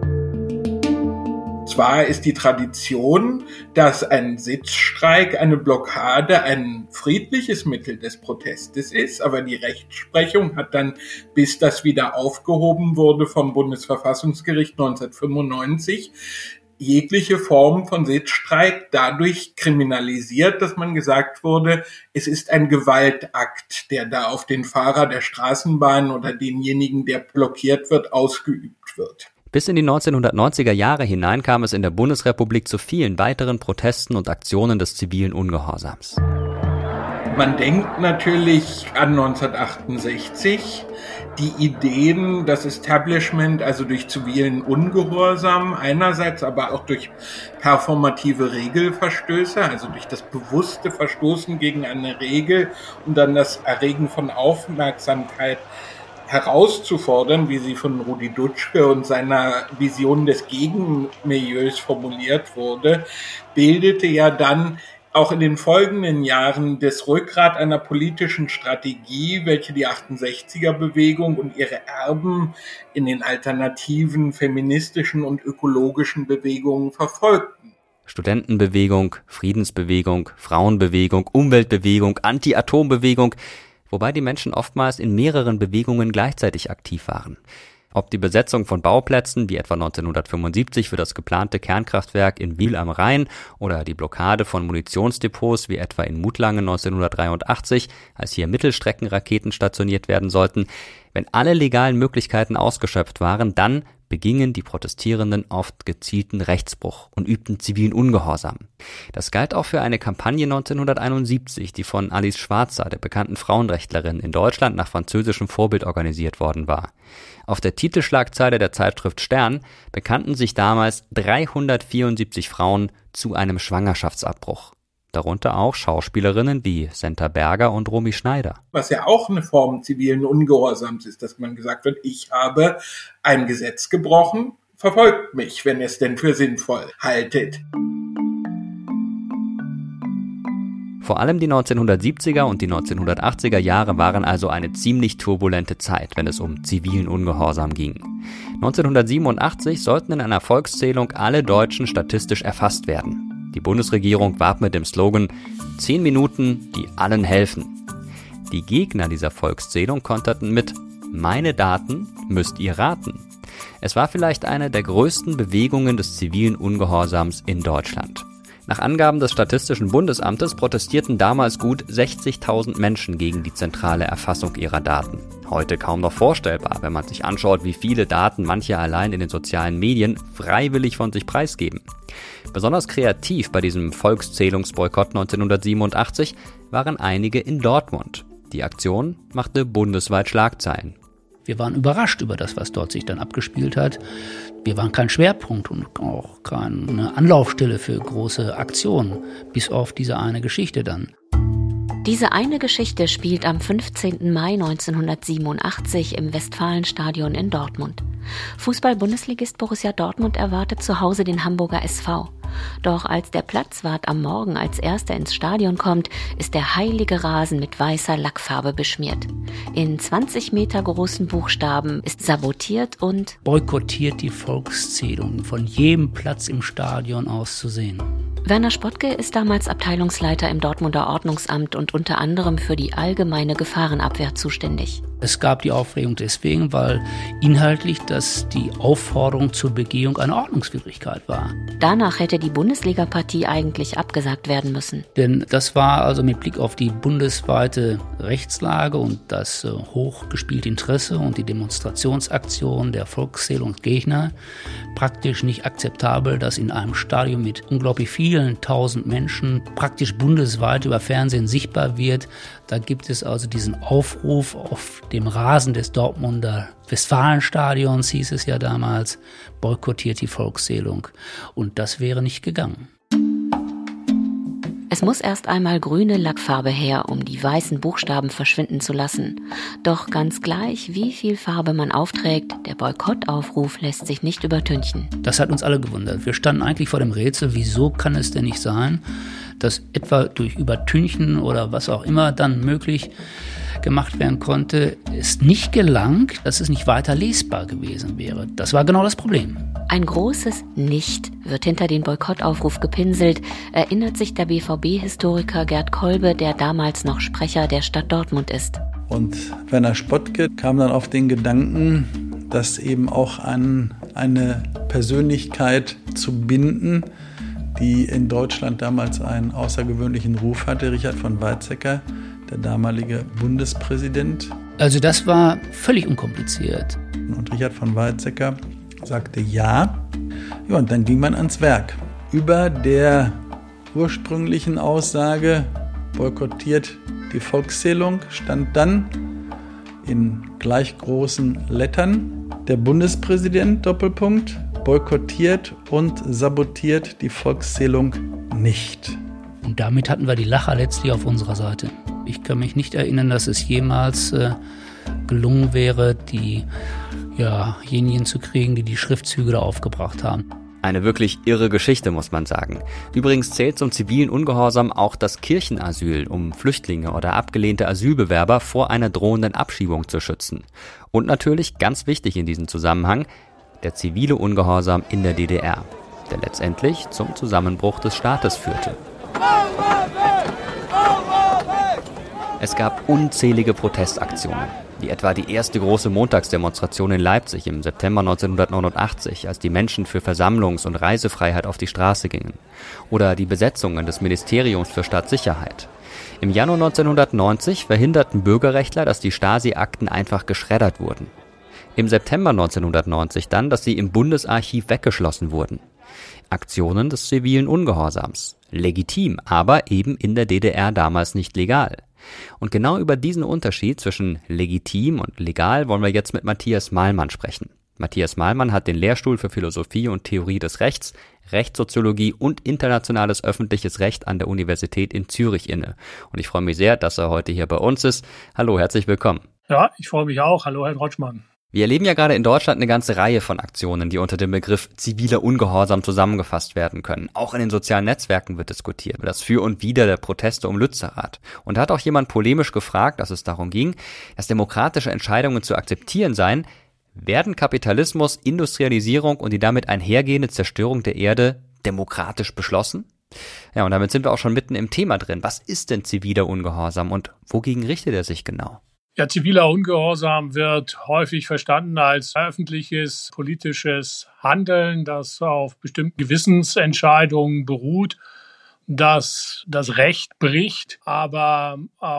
Zwar ist die Tradition, dass ein Sitzstreik, eine Blockade ein friedliches Mittel des Protestes ist, aber die Rechtsprechung hat dann, bis das wieder aufgehoben wurde vom Bundesverfassungsgericht neunzehnhundertfünfundneunzig, jegliche Form von Sitzstreik dadurch kriminalisiert, dass man gesagt wurde, es ist ein Gewaltakt, der da auf den Fahrer der Straßenbahn oder denjenigen, der blockiert wird, ausgeübt wird. Bis in die neunzehnhundertneunziger Jahre hinein kam es in der Bundesrepublik zu vielen weiteren Protesten und Aktionen des zivilen Ungehorsams. Man denkt natürlich an neunzehnhundertachtundsechzig, die Ideen, das Establishment, also durch zivilen Ungehorsam einerseits, aber auch durch performative Regelverstöße, also durch das bewusste Verstoßen gegen eine Regel und dann das Erregen von Aufmerksamkeit herauszufordern, wie sie von Rudi Dutschke und seiner Vision des Gegenmilieus formuliert wurde, bildete ja dann auch in den folgenden Jahren das Rückgrat einer politischen Strategie, welche die achtundsechziger-Bewegung und ihre Erben in den alternativen feministischen und ökologischen Bewegungen verfolgten. Studentenbewegung, Friedensbewegung, Frauenbewegung, Umweltbewegung, Anti-Atom-Bewegung, wobei die Menschen oftmals in mehreren Bewegungen gleichzeitig aktiv waren. Ob die Besetzung von Bauplätzen, wie etwa neunzehnhundertfünfundsiebzig für das geplante Kernkraftwerk in Wiel am Rhein, oder die Blockade von Munitionsdepots, wie etwa in Mutlangen neunzehnhundertdreiundachtzig, als hier Mittelstreckenraketen stationiert werden sollten, wenn alle legalen Möglichkeiten ausgeschöpft waren, dann begingen die Protestierenden oft gezielten Rechtsbruch und übten zivilen Ungehorsam. Das galt auch für eine Kampagne neunzehnhunderteinundsiebzig, die von Alice Schwarzer, der bekannten Frauenrechtlerin, in Deutschland nach französischem Vorbild organisiert worden war. Auf der Titelschlagzeile der Zeitschrift Stern bekannten sich damals dreihundertvierundsiebzig Frauen zu einem Schwangerschaftsabbruch. Darunter auch Schauspielerinnen wie Senta Berger und Romy Schneider. Was ja auch eine Form zivilen Ungehorsams ist, dass man gesagt hat, ich habe ein Gesetz gebrochen, verfolgt mich, wenn ihr es denn für sinnvoll haltet. Vor allem die neunzehnhundertsiebziger und die neunzehnhundertachtziger Jahre waren also eine ziemlich turbulente Zeit, wenn es um zivilen Ungehorsam ging. neunzehnhundertsiebenundachtzig sollten in einer Volkszählung alle Deutschen statistisch erfasst werden. Die Bundesregierung warb mit dem Slogan „Zehn Minuten, die allen helfen". Die Gegner dieser Volkszählung konterten mit „Meine Daten müsst ihr raten". Es war vielleicht eine der größten Bewegungen des zivilen Ungehorsams in Deutschland. Nach Angaben des Statistischen Bundesamtes protestierten damals gut sechzigtausend Menschen gegen die zentrale Erfassung ihrer Daten. Heute kaum noch vorstellbar, wenn man sich anschaut, wie viele Daten manche allein in den sozialen Medien freiwillig von sich preisgeben. Besonders kreativ bei diesem Volkszählungsboykott neunzehnhundertsiebenundachtzig waren einige in Dortmund. Die Aktion machte bundesweit Schlagzeilen. Wir waren überrascht über das, was dort sich dann abgespielt hat. Wir waren kein Schwerpunkt und auch keine Anlaufstelle für große Aktionen, bis auf diese eine Geschichte dann. Diese eine Geschichte spielt am fünfzehnten Mai neunzehnhundertsiebenundachtzig im Westfalenstadion in Dortmund. Fußball-Bundesligist Borussia Dortmund erwartet zu Hause den Hamburger S V. Doch als der Platzwart am Morgen als Erster ins Stadion kommt, ist der heilige Rasen mit weißer Lackfarbe beschmiert. In zwanzig Meter großen Buchstaben ist sabotiert und boykottiert die Volkszählung, von jedem Platz im Stadion aus zu sehen. Werner Spottke ist damals Abteilungsleiter im Dortmunder Ordnungsamt und unter anderem für die allgemeine Gefahrenabwehr zuständig. Es gab die Aufregung deswegen, weil inhaltlich das die Aufforderung zur Begehung einer Ordnungswidrigkeit war. Danach hätte die Bundesliga-Partie eigentlich abgesagt werden müssen. Denn das war also mit Blick auf die bundesweite Rechtslage und das äh, hochgespielte Interesse und die Demonstrationsaktion der Volkszählungsgegner praktisch nicht akzeptabel, dass in einem Stadion mit unglaublich vielen tausend Menschen praktisch bundesweit über Fernsehen sichtbar wird. Da gibt es also diesen Aufruf auf dem Rasen des Dortmunder Westfalenstadions, hieß es ja damals, boykottiert die Volkszählung. Und das wäre nicht gegangen. Es muss erst einmal grüne Lackfarbe her, um die weißen Buchstaben verschwinden zu lassen. Doch ganz gleich, wie viel Farbe man aufträgt, der Boykottaufruf lässt sich nicht übertünchen. Das hat uns alle gewundert. Wir standen eigentlich vor dem Rätsel, wieso kann es denn nicht sein, dass etwa durch Übertünchen oder was auch immer dann möglich gemacht werden konnte, es nicht gelang, dass es nicht weiter lesbar gewesen wäre. Das war genau das Problem. Ein großes Nicht wird hinter den Boykottaufruf gepinselt, erinnert sich der B V B-Historiker Gerd Kolbe, der damals noch Sprecher der Stadt Dortmund ist. Und Werner Spottke kam dann auf den Gedanken, das eben auch an eine Persönlichkeit zu binden, die in Deutschland damals einen außergewöhnlichen Ruf hatte, Richard von Weizsäcker, der damalige Bundespräsident. Also das war völlig unkompliziert. Und Richard von Weizsäcker sagte ja. Ja, und dann ging man ans Werk. Über der ursprünglichen Aussage, boykottiert die Volkszählung, stand dann in gleich großen Lettern der Bundespräsident, Doppelpunkt, boykottiert und sabotiert die Volkszählung nicht. Und damit hatten wir die Lacher letztlich auf unserer Seite. Ich kann mich nicht erinnern, dass es jemals äh, gelungen wäre, diejenigen ja, zu kriegen, die die Schriftzüge da aufgebracht haben. Eine wirklich irre Geschichte, muss man sagen. Übrigens zählt zum zivilen Ungehorsam auch das Kirchenasyl, um Flüchtlinge oder abgelehnte Asylbewerber vor einer drohenden Abschiebung zu schützen. Und natürlich, ganz wichtig in diesem Zusammenhang, der zivile Ungehorsam in der D D R, der letztendlich zum Zusammenbruch des Staates führte. Es gab unzählige Protestaktionen, wie etwa die erste große Montagsdemonstration in Leipzig im September neunzehnhundertneunundachtzig, als die Menschen für Versammlungs- und Reisefreiheit auf die Straße gingen. Oder die Besetzungen des Ministeriums für Staatssicherheit. Im Januar neunzehnhundertneunzig verhinderten Bürgerrechtler, dass die Stasi-Akten einfach geschreddert wurden. Im September neunzehnhundertneunzig dann, dass sie im Bundesarchiv weggeschlossen wurden. Aktionen des zivilen Ungehorsams. Legitim, aber eben in der D D R damals nicht legal. Und genau über diesen Unterschied zwischen legitim und legal wollen wir jetzt mit Matthias Mahlmann sprechen. Matthias Mahlmann hat den Lehrstuhl für Philosophie und Theorie des Rechts, Rechtssoziologie und internationales öffentliches Recht an der Universität in Zürich inne. Und ich freue mich sehr, dass er heute hier bei uns ist. Hallo, herzlich willkommen. Ja, ich freue mich auch. Hallo, Herr Rotschmann. Wir erleben ja gerade in Deutschland eine ganze Reihe von Aktionen, die unter dem Begriff ziviler Ungehorsam zusammengefasst werden können. Auch in den sozialen Netzwerken wird diskutiert über das Für und Wider der Proteste um Lützerath. Und da hat auch jemand polemisch gefragt, dass es darum ging, dass demokratische Entscheidungen zu akzeptieren seien, werden Kapitalismus, Industrialisierung und die damit einhergehende Zerstörung der Erde demokratisch beschlossen? Ja, und damit sind wir auch schon mitten im Thema drin. Was ist denn ziviler Ungehorsam und wogegen richtet er sich genau? Ja, ziviler Ungehorsam wird häufig verstanden als öffentliches politisches Handeln, das auf bestimmten Gewissensentscheidungen beruht, das das Recht bricht, aber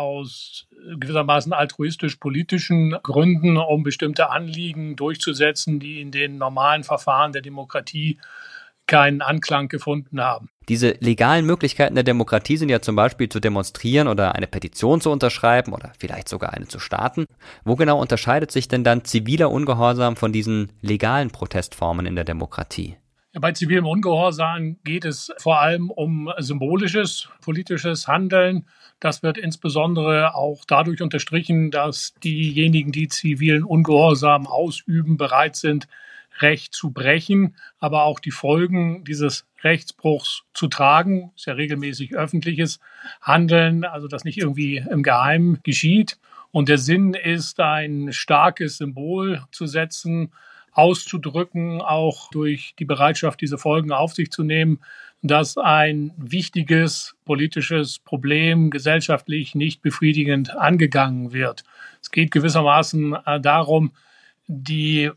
aus gewissermaßen altruistisch-politischen Gründen, um bestimmte Anliegen durchzusetzen, die in den normalen Verfahren der Demokratie keinen Anklang gefunden haben. Diese legalen Möglichkeiten der Demokratie sind ja zum Beispiel zu demonstrieren oder eine Petition zu unterschreiben oder vielleicht sogar eine zu starten. Wo genau unterscheidet sich denn dann ziviler Ungehorsam von diesen legalen Protestformen in der Demokratie? Ja, bei zivilem Ungehorsam geht es vor allem um symbolisches politisches Handeln. Das wird insbesondere auch dadurch unterstrichen, dass diejenigen, die zivilen Ungehorsam ausüben, bereit sind, Recht zu brechen, aber auch die Folgen dieses Rechtsbruchs zu tragen. Das ist ja regelmäßig öffentliches Handeln, also das nicht irgendwie im Geheimen geschieht. Und der Sinn ist, ein starkes Symbol zu setzen, auszudrücken, auch durch die Bereitschaft, diese Folgen auf sich zu nehmen, dass ein wichtiges politisches Problem gesellschaftlich nicht befriedigend angegangen wird. Es geht gewissermaßen darum, die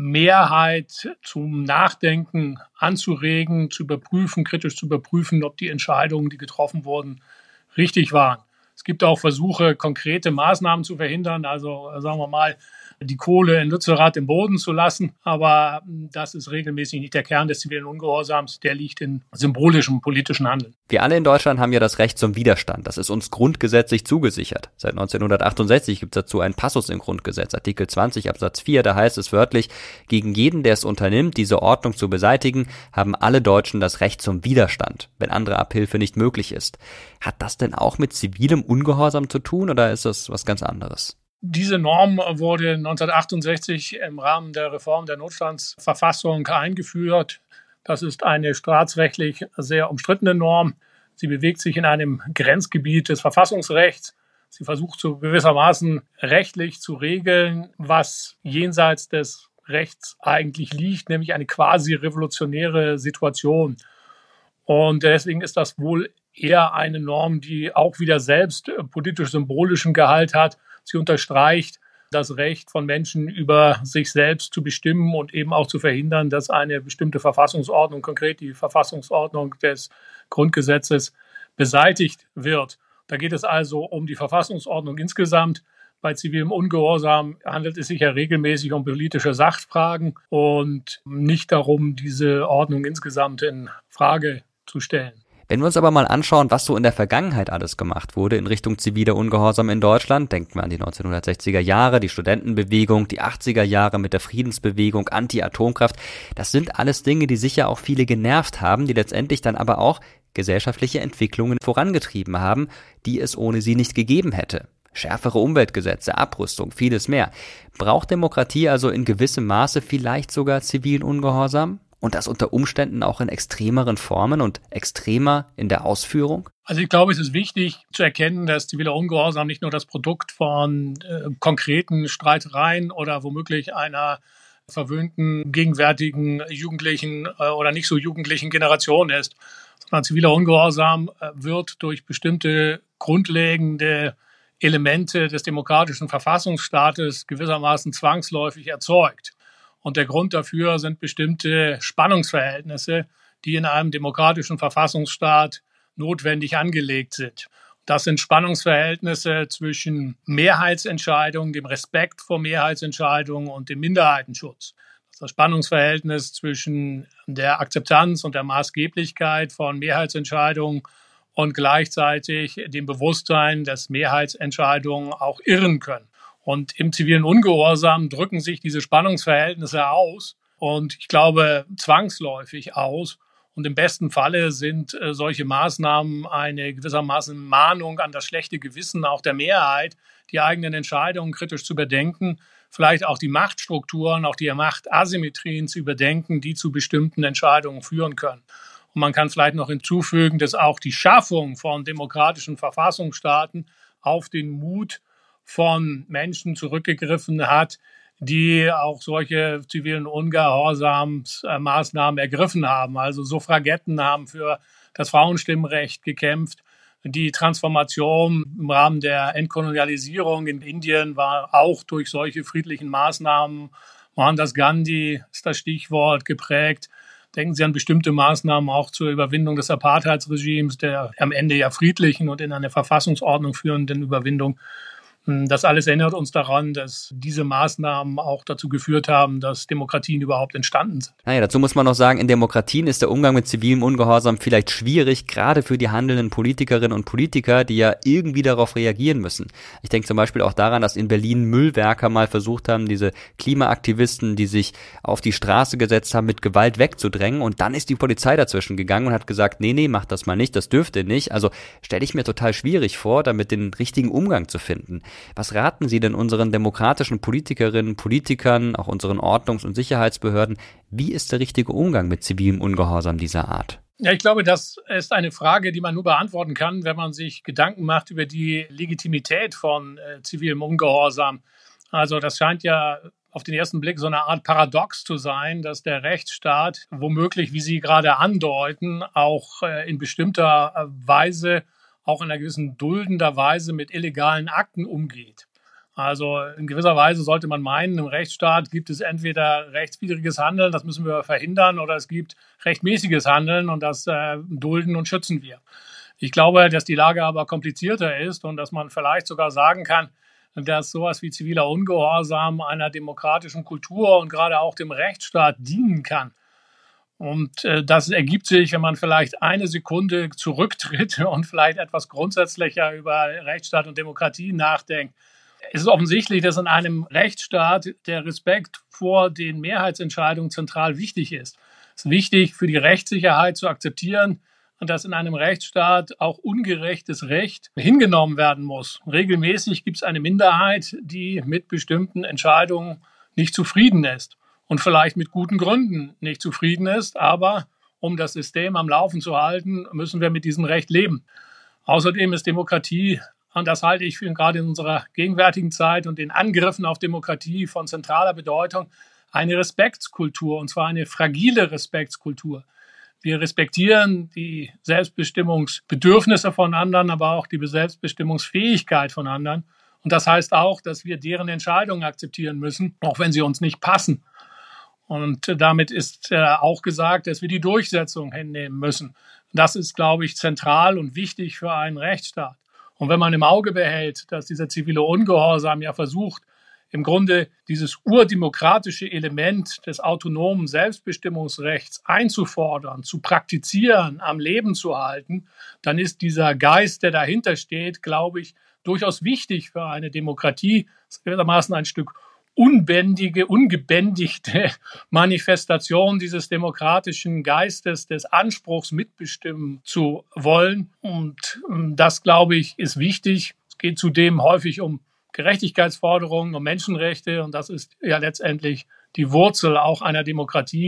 Mehrheit zum Nachdenken anzuregen, zu überprüfen, kritisch zu überprüfen, ob die Entscheidungen, die getroffen wurden, richtig waren. Es gibt auch Versuche, konkrete Maßnahmen zu verhindern, also sagen wir mal, die Kohle in Lützerath im Boden zu lassen. Aber das ist regelmäßig nicht der Kern des zivilen Ungehorsams. Der liegt in symbolischem politischen Handeln. Wir alle in Deutschland haben ja das Recht zum Widerstand. Das ist uns grundgesetzlich zugesichert. Seit neunzehnhundertachtundsechzig gibt es dazu einen Passus im Grundgesetz, Artikel zwanzig Absatz vier. Da heißt es wörtlich, gegen jeden, der es unternimmt, diese Ordnung zu beseitigen, haben alle Deutschen das Recht zum Widerstand, wenn andere Abhilfe nicht möglich ist. Hat das denn auch mit zivilem Ungehorsam zu tun oder ist das was ganz anderes? Diese Norm wurde neunzehnhundertachtundsechzig im Rahmen der Reform der Notstandsverfassung eingeführt. Das ist eine staatsrechtlich sehr umstrittene Norm. Sie bewegt sich in einem Grenzgebiet des Verfassungsrechts. Sie versucht so gewissermaßen rechtlich zu regeln, was jenseits des Rechts eigentlich liegt, nämlich eine quasi revolutionäre Situation. Und deswegen ist das wohl eher eine Norm, die auch wieder selbst politisch-symbolischen Gehalt hat. Sie unterstreicht das Recht von Menschen, über sich selbst zu bestimmen und eben auch zu verhindern, dass eine bestimmte Verfassungsordnung, konkret die Verfassungsordnung des Grundgesetzes, beseitigt wird. Da geht es also um die Verfassungsordnung insgesamt. Bei zivilem Ungehorsam handelt es sich ja regelmäßig um politische Sachfragen und nicht darum, diese Ordnung insgesamt in Frage zu stellen. Wenn wir uns aber mal anschauen, was so in der Vergangenheit alles gemacht wurde in Richtung ziviler Ungehorsam in Deutschland, denken wir an die neunzehnhundertsechziger Jahre, die Studentenbewegung, die achtziger Jahre mit der Friedensbewegung, Anti-Atomkraft, das sind alles Dinge, die sicher auch viele genervt haben, die letztendlich dann aber auch gesellschaftliche Entwicklungen vorangetrieben haben, die es ohne sie nicht gegeben hätte. Schärfere Umweltgesetze, Abrüstung, vieles mehr. Braucht Demokratie also in gewissem Maße vielleicht sogar zivilen Ungehorsam? Und das unter Umständen auch in extremeren Formen und extremer in der Ausführung? Also ich glaube, es ist wichtig zu erkennen, dass ziviler Ungehorsam nicht nur das Produkt von äh, konkreten Streitereien oder womöglich einer verwöhnten gegenwärtigen jugendlichen äh, oder nicht so jugendlichen Generation ist, sondern ziviler Ungehorsam äh, wird durch bestimmte grundlegende Elemente des demokratischen Verfassungsstaates gewissermaßen zwangsläufig erzeugt. Und der Grund dafür sind bestimmte Spannungsverhältnisse, die in einem demokratischen Verfassungsstaat notwendig angelegt sind. Das sind Spannungsverhältnisse zwischen Mehrheitsentscheidungen, dem Respekt vor Mehrheitsentscheidungen und dem Minderheitenschutz. Das ist das Spannungsverhältnis zwischen der Akzeptanz und der Maßgeblichkeit von Mehrheitsentscheidungen und gleichzeitig dem Bewusstsein, dass Mehrheitsentscheidungen auch irren können. Und im zivilen Ungehorsam drücken sich diese Spannungsverhältnisse aus und ich glaube zwangsläufig aus. Und im besten Falle sind äh, solche Maßnahmen eine gewissermaßen Mahnung an das schlechte Gewissen auch der Mehrheit, die eigenen Entscheidungen kritisch zu überdenken, vielleicht auch die Machtstrukturen, auch die Machtasymmetrien zu überdenken, die zu bestimmten Entscheidungen führen können. Und man kann vielleicht noch hinzufügen, dass auch die Schaffung von demokratischen Verfassungsstaaten auf den Mut von Menschen zurückgegriffen hat, die auch solche zivilen Ungehorsamsmaßnahmen ergriffen haben. Also Suffragetten haben für das Frauenstimmrecht gekämpft. Die Transformation im Rahmen der Entkolonialisierung in Indien war auch durch solche friedlichen Maßnahmen, Mohandas Gandhi ist das Stichwort, geprägt. Denken Sie an bestimmte Maßnahmen auch zur Überwindung des Apartheidsregimes, der am Ende ja friedlichen und in eine Verfassungsordnung führenden Überwindung. Das alles erinnert uns daran, dass diese Maßnahmen auch dazu geführt haben, dass Demokratien überhaupt entstanden sind. Naja, dazu muss man noch sagen, in Demokratien ist der Umgang mit zivilem Ungehorsam vielleicht schwierig, gerade für die handelnden Politikerinnen und Politiker, die ja irgendwie darauf reagieren müssen. Ich denke zum Beispiel auch daran, dass in Berlin Müllwerker mal versucht haben, diese Klimaaktivisten, die sich auf die Straße gesetzt haben, mit Gewalt wegzudrängen. Und dann ist die Polizei dazwischen gegangen und hat gesagt, nee, nee, macht das mal nicht, das dürft ihr nicht. Also stelle ich mir total schwierig vor, damit den richtigen Umgang zu finden. Was raten Sie denn unseren demokratischen Politikerinnen, Politikern, auch unseren Ordnungs- und Sicherheitsbehörden? Wie ist der richtige Umgang mit zivilem Ungehorsam dieser Art? Ja, ich glaube, das ist eine Frage, die man nur beantworten kann, wenn man sich Gedanken macht über die Legitimität von äh, zivilem Ungehorsam. Also das scheint ja auf den ersten Blick so eine Art Paradox zu sein, dass der Rechtsstaat womöglich, wie Sie gerade andeuten, auch äh, in bestimmter äh, Weise auch in einer gewissen duldender Weise mit illegalen Akten umgeht. Also in gewisser Weise sollte man meinen, im Rechtsstaat gibt es entweder rechtswidriges Handeln, das müssen wir verhindern, oder es gibt rechtmäßiges Handeln und das äh, dulden und schützen wir. Ich glaube, dass die Lage aber komplizierter ist und dass man vielleicht sogar sagen kann, dass sowas wie ziviler Ungehorsam einer demokratischen Kultur und gerade auch dem Rechtsstaat dienen kann. Und äh, das ergibt sich, wenn man vielleicht eine Sekunde zurücktritt und vielleicht etwas grundsätzlicher über Rechtsstaat und Demokratie nachdenkt. Es ist offensichtlich, dass in einem Rechtsstaat der Respekt vor den Mehrheitsentscheidungen zentral wichtig ist. Es ist wichtig für die Rechtssicherheit zu akzeptieren, dass in einem Rechtsstaat auch ungerechtes Recht hingenommen werden muss. Regelmäßig gibt es eine Minderheit, die mit bestimmten Entscheidungen nicht zufrieden ist. Und vielleicht mit guten Gründen nicht zufrieden ist, aber um das System am Laufen zu halten, müssen wir mit diesem Recht leben. Außerdem ist Demokratie, und das halte ich für gerade in unserer gegenwärtigen Zeit und den Angriffen auf Demokratie von zentraler Bedeutung, eine Respektskultur, und zwar eine fragile Respektskultur. Wir respektieren die Selbstbestimmungsbedürfnisse von anderen, aber auch die Selbstbestimmungsfähigkeit von anderen. Und das heißt auch, dass wir deren Entscheidungen akzeptieren müssen, auch wenn sie uns nicht passen. Und damit ist auch gesagt, dass wir die Durchsetzung hinnehmen müssen. Das ist, glaube ich, zentral und wichtig für einen Rechtsstaat. Und wenn man im Auge behält, dass dieser zivile Ungehorsam ja versucht, im Grunde dieses urdemokratische Element des autonomen Selbstbestimmungsrechts einzufordern, zu praktizieren, am Leben zu halten, dann ist dieser Geist, der dahinter steht, glaube ich, durchaus wichtig für eine Demokratie. Das ist gewissermaßen ein Stück unbändige, ungebändigte Manifestation dieses demokratischen Geistes, des Anspruchs, mitbestimmen zu wollen. Und das, glaube ich, ist wichtig. Es geht zudem häufig um Gerechtigkeitsforderungen, um Menschenrechte. Und das ist ja letztendlich die Wurzel auch einer Demokratie.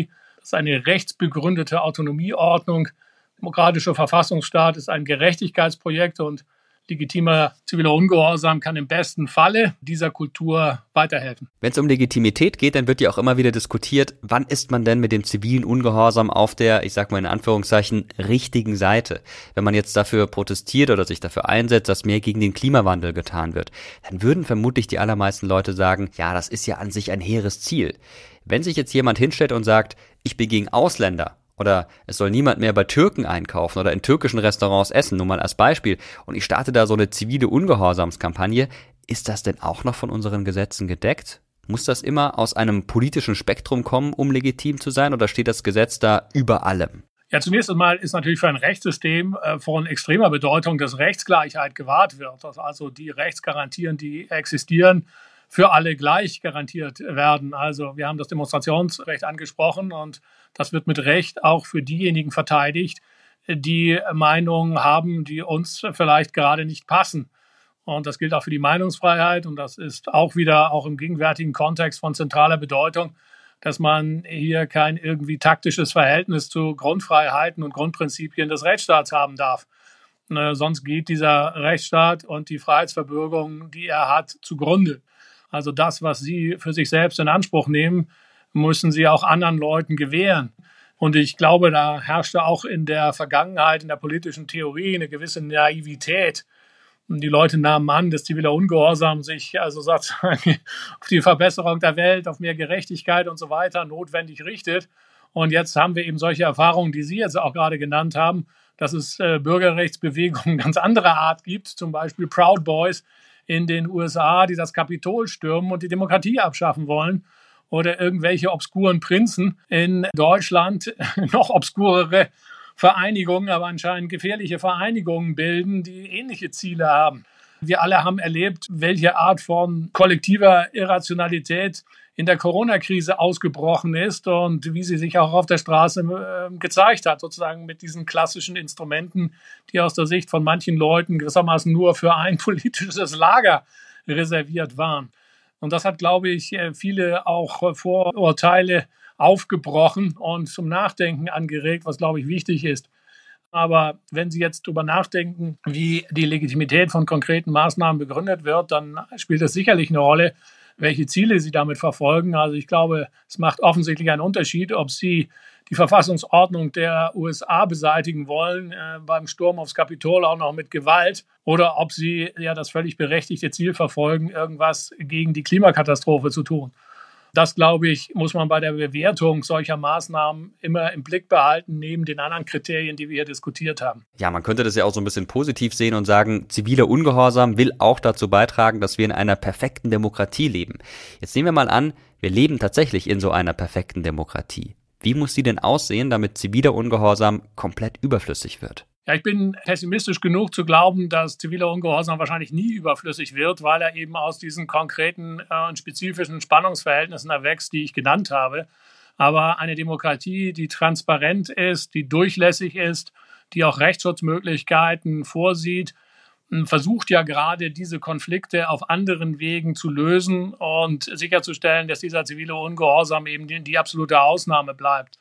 ist eine rechtsbegründete Autonomieordnung. Demokratischer Verfassungsstaat ist ein Gerechtigkeitsprojekt und legitimer ziviler Ungehorsam kann im besten Falle dieser Kultur weiterhelfen. Wenn es um Legitimität geht, dann wird ja auch immer wieder diskutiert, wann ist man denn mit dem zivilen Ungehorsam auf der, ich sag mal in Anführungszeichen, richtigen Seite. Wenn man jetzt dafür protestiert oder sich dafür einsetzt, dass mehr gegen den Klimawandel getan wird, dann würden vermutlich die allermeisten Leute sagen, ja, das ist ja an sich ein hehres Ziel. Wenn sich jetzt jemand hinstellt und sagt, ich bin gegen Ausländer, oder es soll niemand mehr bei Türken einkaufen oder in türkischen Restaurants essen, nur mal als Beispiel. Und ich starte da so eine zivile Ungehorsamskampagne. Ist das denn auch noch von unseren Gesetzen gedeckt? Muss das immer aus einem politischen Spektrum kommen, um legitim zu sein? Oder steht das Gesetz da über allem? Ja, zunächst einmal ist natürlich für ein Rechtssystem äh, von extremer Bedeutung, dass Rechtsgleichheit gewahrt wird. Dass also die Rechtsgarantien, die existieren, für alle gleich garantiert werden. Also wir haben das Demonstrationsrecht angesprochen und das wird mit Recht auch für diejenigen verteidigt, die Meinungen haben, die uns vielleicht gerade nicht passen. Und das gilt auch für die Meinungsfreiheit und das ist auch wieder auch im gegenwärtigen Kontext von zentraler Bedeutung, dass man hier kein irgendwie taktisches Verhältnis zu Grundfreiheiten und Grundprinzipien des Rechtsstaats haben darf. Äh, sonst geht dieser Rechtsstaat und die Freiheitsverbürgung, die er hat, zugrunde. Also das, was Sie für sich selbst in Anspruch nehmen, müssen Sie auch anderen Leuten gewähren. Und ich glaube, da herrschte auch in der Vergangenheit, in der politischen Theorie eine gewisse Naivität. Und die Leute nahmen an, dass ziviler Ungehorsam sich also sozusagen auf die Verbesserung der Welt, auf mehr Gerechtigkeit und so weiter notwendig richtet. Und jetzt haben wir eben solche Erfahrungen, die Sie jetzt auch gerade genannt haben, dass es äh, Bürgerrechtsbewegungen ganz anderer Art gibt, zum Beispiel Proud Boys in den U S A, die das Kapitol stürmen und die Demokratie abschaffen wollen. Oder irgendwelche obskuren Prinzen in Deutschland, noch obskurere Vereinigungen, aber anscheinend gefährliche Vereinigungen bilden, die ähnliche Ziele haben. Wir alle haben erlebt, welche Art von kollektiver Irrationalität in der Corona-Krise ausgebrochen ist und wie sie sich auch auf der Straße äh, gezeigt hat, sozusagen mit diesen klassischen Instrumenten, die aus der Sicht von manchen Leuten gewissermaßen nur für ein politisches Lager reserviert waren. Und das hat, glaube ich, viele auch Vorurteile aufgebrochen und zum Nachdenken angeregt, was, glaube ich, wichtig ist. Aber wenn Sie jetzt darüber nachdenken, wie die Legitimität von konkreten Maßnahmen begründet wird, dann spielt es sicherlich eine Rolle, welche Ziele Sie damit verfolgen. Also ich glaube, es macht offensichtlich einen Unterschied, ob Sie die Verfassungsordnung der U S A beseitigen wollen, äh, beim Sturm aufs Kapitol auch noch mit Gewalt, oder ob Sie ja das völlig berechtigte Ziel verfolgen, irgendwas gegen die Klimakatastrophe zu tun. Das, glaube ich, muss man bei der Bewertung solcher Maßnahmen immer im Blick behalten, neben den anderen Kriterien, die wir hier diskutiert haben. Ja, man könnte das ja auch so ein bisschen positiv sehen und sagen, ziviler Ungehorsam will auch dazu beitragen, dass wir in einer perfekten Demokratie leben. Jetzt nehmen wir mal an, wir leben tatsächlich in so einer perfekten Demokratie. Wie muss die denn aussehen, damit ziviler Ungehorsam komplett überflüssig wird? Ja, ich bin pessimistisch genug zu glauben, dass ziviler Ungehorsam wahrscheinlich nie überflüssig wird, weil er eben aus diesen konkreten äh, und spezifischen Spannungsverhältnissen erwächst, die ich genannt habe. Aber eine Demokratie, die transparent ist, die durchlässig ist, die auch Rechtsschutzmöglichkeiten vorsieht, versucht ja gerade diese Konflikte auf anderen Wegen zu lösen und sicherzustellen, dass dieser zivile Ungehorsam eben die, die absolute Ausnahme bleibt.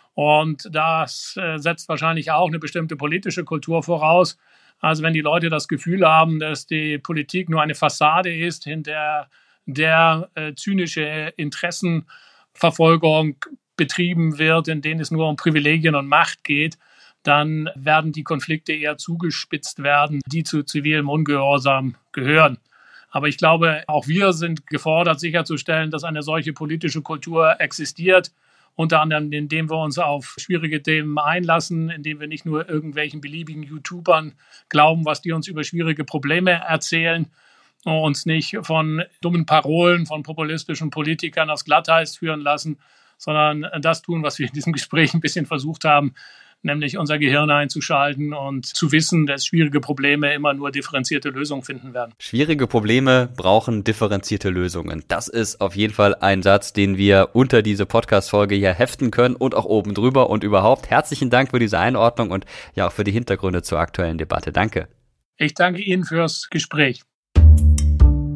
Und das äh, setzt wahrscheinlich auch eine bestimmte politische Kultur voraus. Also wenn die Leute das Gefühl haben, dass die Politik nur eine Fassade ist, hinter der äh, zynische Interessenverfolgung betrieben wird, in denen es nur um Privilegien und Macht geht, dann werden die Konflikte eher zugespitzt werden, die zu zivilem Ungehorsam gehören. Aber ich glaube, auch wir sind gefordert, sicherzustellen, dass eine solche politische Kultur existiert, unter anderem, indem wir uns auf schwierige Themen einlassen, indem wir nicht nur irgendwelchen beliebigen YouTubern glauben, was die uns über schwierige Probleme erzählen, uns nicht von dummen Parolen von populistischen Politikern aufs Glatteis führen lassen, sondern das tun, was wir in diesem Gespräch ein bisschen versucht haben, nämlich unser Gehirn einzuschalten und zu wissen, dass schwierige Probleme immer nur differenzierte Lösungen finden werden. Schwierige Probleme brauchen differenzierte Lösungen. Das ist auf jeden Fall ein Satz, den wir unter diese Podcast-Folge hier heften können und auch oben drüber und überhaupt. Herzlichen Dank für diese Einordnung und ja auch für die Hintergründe zur aktuellen Debatte. Danke. Ich danke Ihnen fürs Gespräch.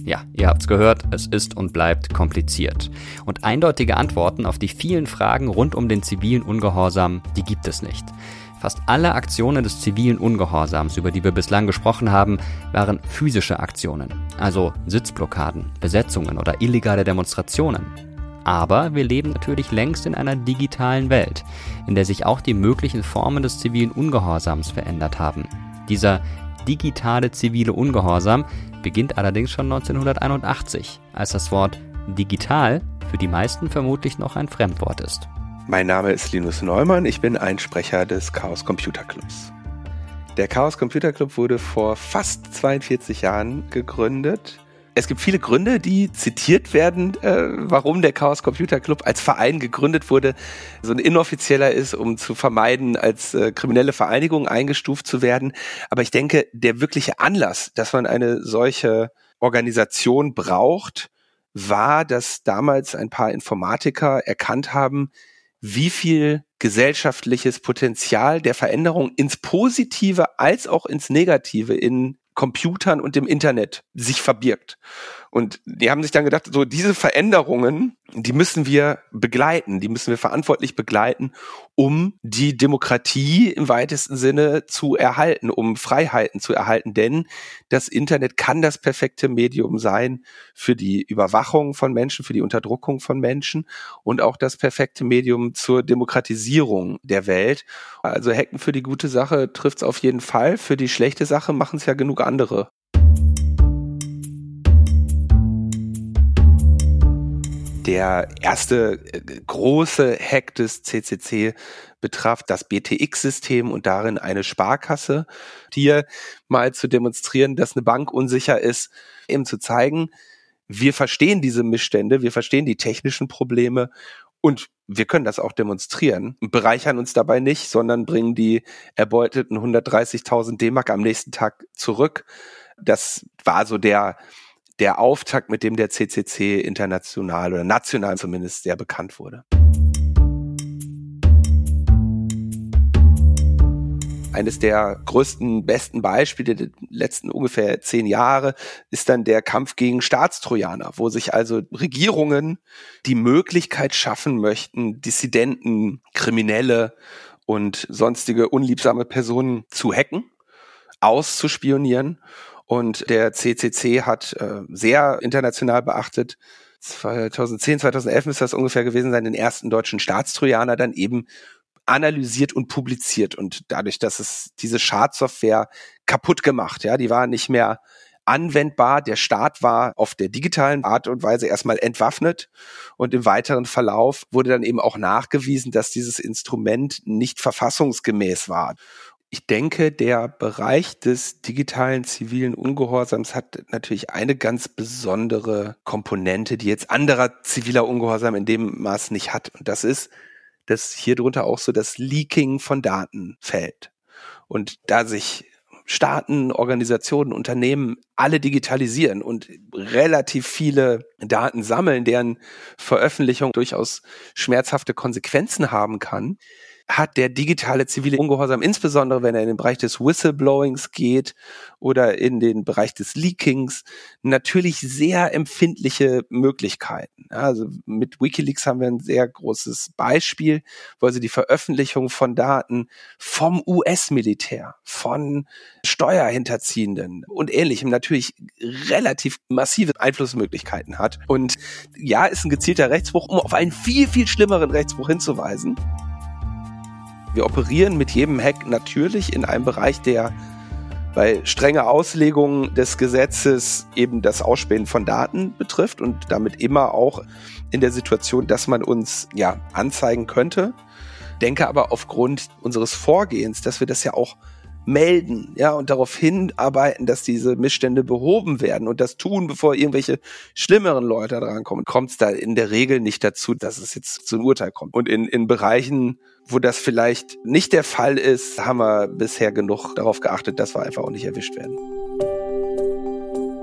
Ja, ihr habt's gehört, es ist und bleibt kompliziert. Und eindeutige Antworten auf die vielen Fragen rund um den zivilen Ungehorsam, die gibt es nicht. Fast alle Aktionen des zivilen Ungehorsams, über die wir bislang gesprochen haben, waren physische Aktionen, also Sitzblockaden, Besetzungen oder illegale Demonstrationen. Aber wir leben natürlich längst in einer digitalen Welt, in der sich auch die möglichen Formen des zivilen Ungehorsams verändert haben. Dieser digitale zivile Ungehorsam beginnt allerdings schon neunzehnhunderteinundachtzig, als das Wort digital für die meisten vermutlich noch ein Fremdwort ist. Mein Name ist Linus Neumann, ich bin ein Sprecher des Chaos Computer Clubs. Der Chaos Computer Club wurde vor fast zweiundvierzig Jahren gegründet. Es gibt viele Gründe, die zitiert werden, äh, warum der Chaos Computer Club als Verein gegründet wurde. So ein inoffizieller ist, um zu vermeiden, als äh, kriminelle Vereinigung eingestuft zu werden. Aber ich denke, der wirkliche Anlass, dass man eine solche Organisation braucht, war, dass damals ein paar Informatiker erkannt haben, wie viel gesellschaftliches Potenzial der Veränderung ins Positive als auch ins Negative in Computern und im Internet sich verbirgt. Und die haben sich dann gedacht, so diese Veränderungen, die müssen wir begleiten, die müssen wir verantwortlich begleiten, um die Demokratie im weitesten Sinne zu erhalten, um Freiheiten zu erhalten. Denn das Internet kann das perfekte Medium sein für die Überwachung von Menschen, für die Unterdrückung von Menschen und auch das perfekte Medium zur Demokratisierung der Welt. Also Hacken für die gute Sache trifft es auf jeden Fall. Für die schlechte Sache machen es ja genug andere. Der erste große Hack des C C C betraf das B T X-System und darin eine Sparkasse. Hier mal zu demonstrieren, dass eine Bank unsicher ist, eben zu zeigen, wir verstehen diese Missstände, wir verstehen die technischen Probleme und wir können das auch demonstrieren, bereichern uns dabei nicht, sondern bringen die erbeuteten hundertdreißigtausend D-Mark am nächsten Tag zurück. Das war so der der Auftakt, mit dem der C C C international oder national zumindest sehr bekannt wurde. Eines der größten, besten Beispiele der letzten ungefähr zehn Jahre ist dann der Kampf gegen Staatstrojaner, wo sich also Regierungen die Möglichkeit schaffen möchten, Dissidenten, Kriminelle und sonstige unliebsame Personen zu hacken, auszuspionieren. Und der C C C hat äh, sehr international beachtet, zweitausendzehn, zweitausendelf müsste das ungefähr gewesen sein, den ersten deutschen Staatstrojaner dann eben analysiert und publiziert. Und dadurch, dass es diese Schadsoftware kaputt gemacht, ja, die war nicht mehr anwendbar. Der Staat war auf der digitalen Art und Weise erstmal entwaffnet. Und im weiteren Verlauf wurde dann eben auch nachgewiesen, dass dieses Instrument nicht verfassungsgemäß war. Ich denke, der Bereich des digitalen zivilen Ungehorsams hat natürlich eine ganz besondere Komponente, die jetzt anderer ziviler Ungehorsam in dem Maß nicht hat. Und das ist, dass hier drunter auch so das Leaking von Daten fällt. Und da sich Staaten, Organisationen, Unternehmen alle digitalisieren und relativ viele Daten sammeln, deren Veröffentlichung durchaus schmerzhafte Konsequenzen haben kann, hat der digitale zivile Ungehorsam, insbesondere wenn er in den Bereich des Whistleblowings geht oder in den Bereich des Leakings, natürlich sehr empfindliche Möglichkeiten. Also mit WikiLeaks haben wir ein sehr großes Beispiel, wo also die Veröffentlichung von Daten vom U S-Militär, von Steuerhinterziehenden und Ähnlichem natürlich relativ massive Einflussmöglichkeiten hat. Und ja, ist ein gezielter Rechtsbruch, um auf einen viel, viel schlimmeren Rechtsbruch hinzuweisen. Wir operieren mit jedem Hack natürlich in einem Bereich, der bei strenger Auslegung des Gesetzes eben das Ausspähen von Daten betrifft und damit immer auch in der Situation, dass man uns ja anzeigen könnte. Denke aber aufgrund unseres Vorgehens, dass wir das ja auch melden, ja, und darauf hinarbeiten, dass diese Missstände behoben werden und das tun, bevor irgendwelche schlimmeren Leute drankommen, kommt es da in der Regel nicht dazu, dass es jetzt zu einem Urteil kommt. Und in, in Bereichen, wo das vielleicht nicht der Fall ist, haben wir bisher genug darauf geachtet, dass wir einfach auch nicht erwischt werden.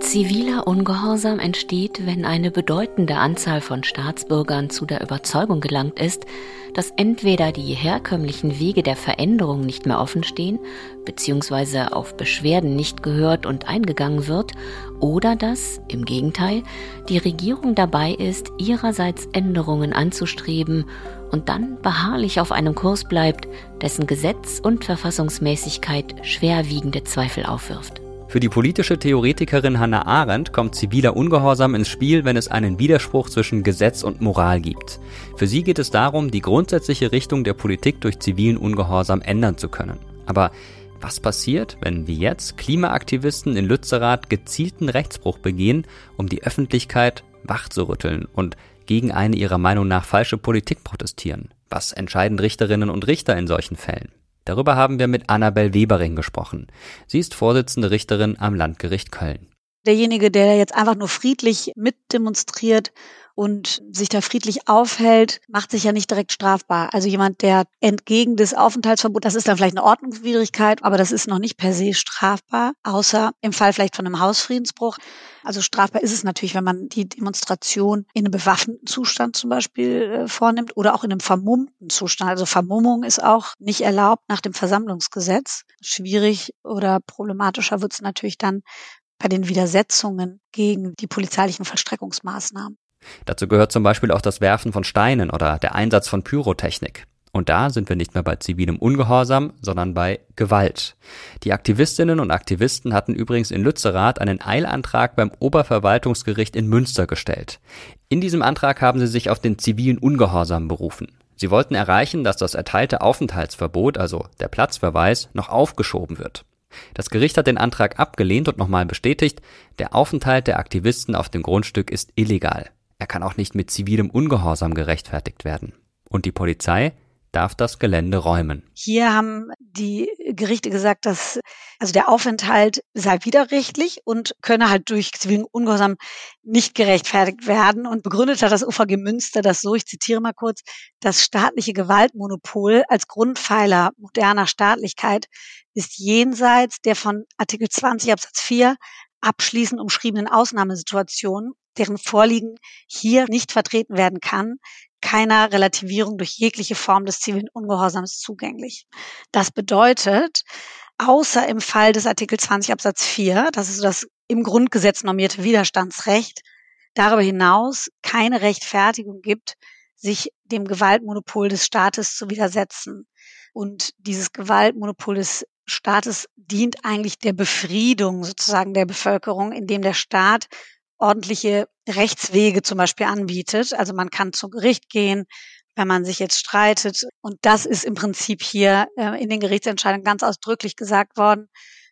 Ziviler Ungehorsam entsteht, wenn eine bedeutende Anzahl von Staatsbürgern zu der Überzeugung gelangt ist, dass entweder die herkömmlichen Wege der Veränderung nicht mehr offen stehen, beziehungsweise auf Beschwerden nicht gehört und eingegangen wird, oder dass, im Gegenteil, die Regierung dabei ist, ihrerseits Änderungen anzustreben und dann beharrlich auf einem Kurs bleibt, dessen Gesetz- und Verfassungsmäßigkeit schwerwiegende Zweifel aufwirft. Für die politische Theoretikerin Hannah Arendt kommt ziviler Ungehorsam ins Spiel, wenn es einen Widerspruch zwischen Gesetz und Moral gibt. Für sie geht es darum, die grundsätzliche Richtung der Politik durch zivilen Ungehorsam ändern zu können. Aber was passiert, wenn wie jetzt Klimaaktivisten in Lützerath gezielten Rechtsbruch begehen, um die Öffentlichkeit wachzurütteln und gegen eine ihrer Meinung nach falsche Politik protestieren? Was entscheiden Richterinnen und Richter in solchen Fällen? Darüber haben wir mit Annabel Webering gesprochen. Sie ist Vorsitzende Richterin am Landgericht Köln. Derjenige, der jetzt einfach nur friedlich mitdemonstriert und sich da friedlich aufhält, macht sich ja nicht direkt strafbar. Also jemand, der entgegen des Aufenthaltsverbots, das ist dann vielleicht eine Ordnungswidrigkeit, aber das ist noch nicht per se strafbar, außer im Fall vielleicht von einem Hausfriedensbruch. Also strafbar ist es natürlich, wenn man die Demonstration in einem bewaffneten Zustand zum Beispiel äh, vornimmt oder auch in einem vermummten Zustand. Also Vermummung ist auch nicht erlaubt nach dem Versammlungsgesetz. Schwierig oder problematischer wird es natürlich dann bei den Widersetzungen gegen die polizeilichen Vollstreckungsmaßnahmen. Dazu gehört zum Beispiel auch das Werfen von Steinen oder der Einsatz von Pyrotechnik. Und da sind wir nicht mehr bei zivilem Ungehorsam, sondern bei Gewalt. Die Aktivistinnen und Aktivisten hatten übrigens in Lützerath einen Eilantrag beim Oberverwaltungsgericht in Münster gestellt. In diesem Antrag haben sie sich auf den zivilen Ungehorsam berufen. Sie wollten erreichen, dass das erteilte Aufenthaltsverbot, also der Platzverweis, noch aufgeschoben wird. Das Gericht hat den Antrag abgelehnt und nochmal bestätigt, der Aufenthalt der Aktivisten auf dem Grundstück ist illegal. Er kann auch nicht mit zivilem Ungehorsam gerechtfertigt werden. Und die Polizei darf das Gelände räumen. Hier haben die Gerichte gesagt, dass also der Aufenthalt sei widerrechtlich und könne halt durch zivilen Ungehorsam nicht gerechtfertigt werden. Und begründet hat das U V G Münster das so, ich zitiere mal kurz, das staatliche Gewaltmonopol als Grundpfeiler moderner Staatlichkeit ist jenseits der von Artikel zwanzig Absatz vier abschließend umschriebenen Ausnahmesituationen, deren Vorliegen hier nicht vertreten werden kann, keiner Relativierung durch jegliche Form des zivilen Ungehorsams zugänglich. Das bedeutet, außer im Fall des Artikel zwanzig Absatz vier, das ist so das im Grundgesetz normierte Widerstandsrecht, darüber hinaus keine Rechtfertigung gibt, sich dem Gewaltmonopol des Staates zu widersetzen. Und dieses Gewaltmonopol des Staates dient eigentlich der Befriedung sozusagen der Bevölkerung, indem der Staat ordentliche Rechtswege zum Beispiel anbietet. Also man kann zu Gericht gehen, wenn man sich jetzt streitet. Und das ist im Prinzip hier äh, in den Gerichtsentscheidungen ganz ausdrücklich gesagt worden,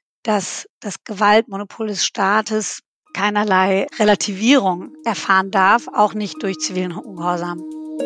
dass das Gewaltmonopol des Staates keinerlei Relativierung erfahren darf, auch nicht durch zivilen Ungehorsam.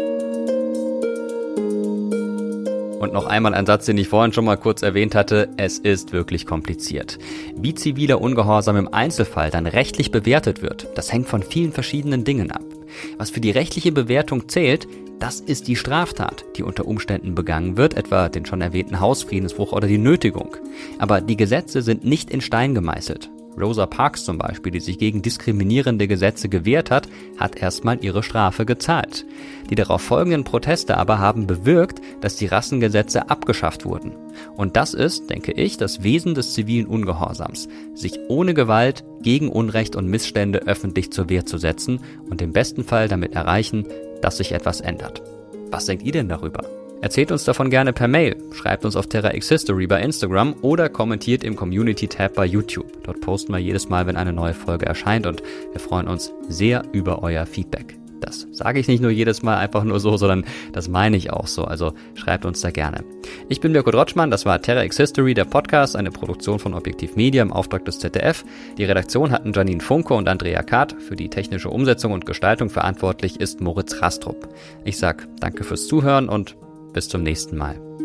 Und noch einmal ein Satz, den ich vorhin schon mal kurz erwähnt hatte, es ist wirklich kompliziert. Wie ziviler Ungehorsam im Einzelfall dann rechtlich bewertet wird, das hängt von vielen verschiedenen Dingen ab. Was für die rechtliche Bewertung zählt, das ist die Straftat, die unter Umständen begangen wird, etwa den schon erwähnten Hausfriedensbruch oder die Nötigung. Aber die Gesetze sind nicht in Stein gemeißelt. Rosa Parks zum Beispiel, die sich gegen diskriminierende Gesetze gewehrt hat, hat erstmal ihre Strafe gezahlt. Die darauf folgenden Proteste aber haben bewirkt, dass die Rassengesetze abgeschafft wurden. Und das ist, denke ich, das Wesen des zivilen Ungehorsams, sich ohne Gewalt gegen Unrecht und Missstände öffentlich zur Wehr zu setzen und im besten Fall damit erreichen, dass sich etwas ändert. Was denkt ihr denn darüber? Erzählt uns davon gerne per Mail, schreibt uns auf Terra X History bei Instagram oder kommentiert im Community-Tab bei YouTube. Dort posten wir jedes Mal, wenn eine neue Folge erscheint und wir freuen uns sehr über euer Feedback. Das sage ich nicht nur jedes Mal einfach nur so, sondern das meine ich auch so, also schreibt uns da gerne. Ich bin Mirko Drotschmann, das war Terra X History, der Podcast, eine Produktion von Objektiv Media im Auftrag des Z D F. Die Redaktion hatten Janine Funke und Andrea Kath, für die technische Umsetzung und Gestaltung verantwortlich ist Moritz Rastrup. Ich sag danke fürs Zuhören und bis zum nächsten Mal.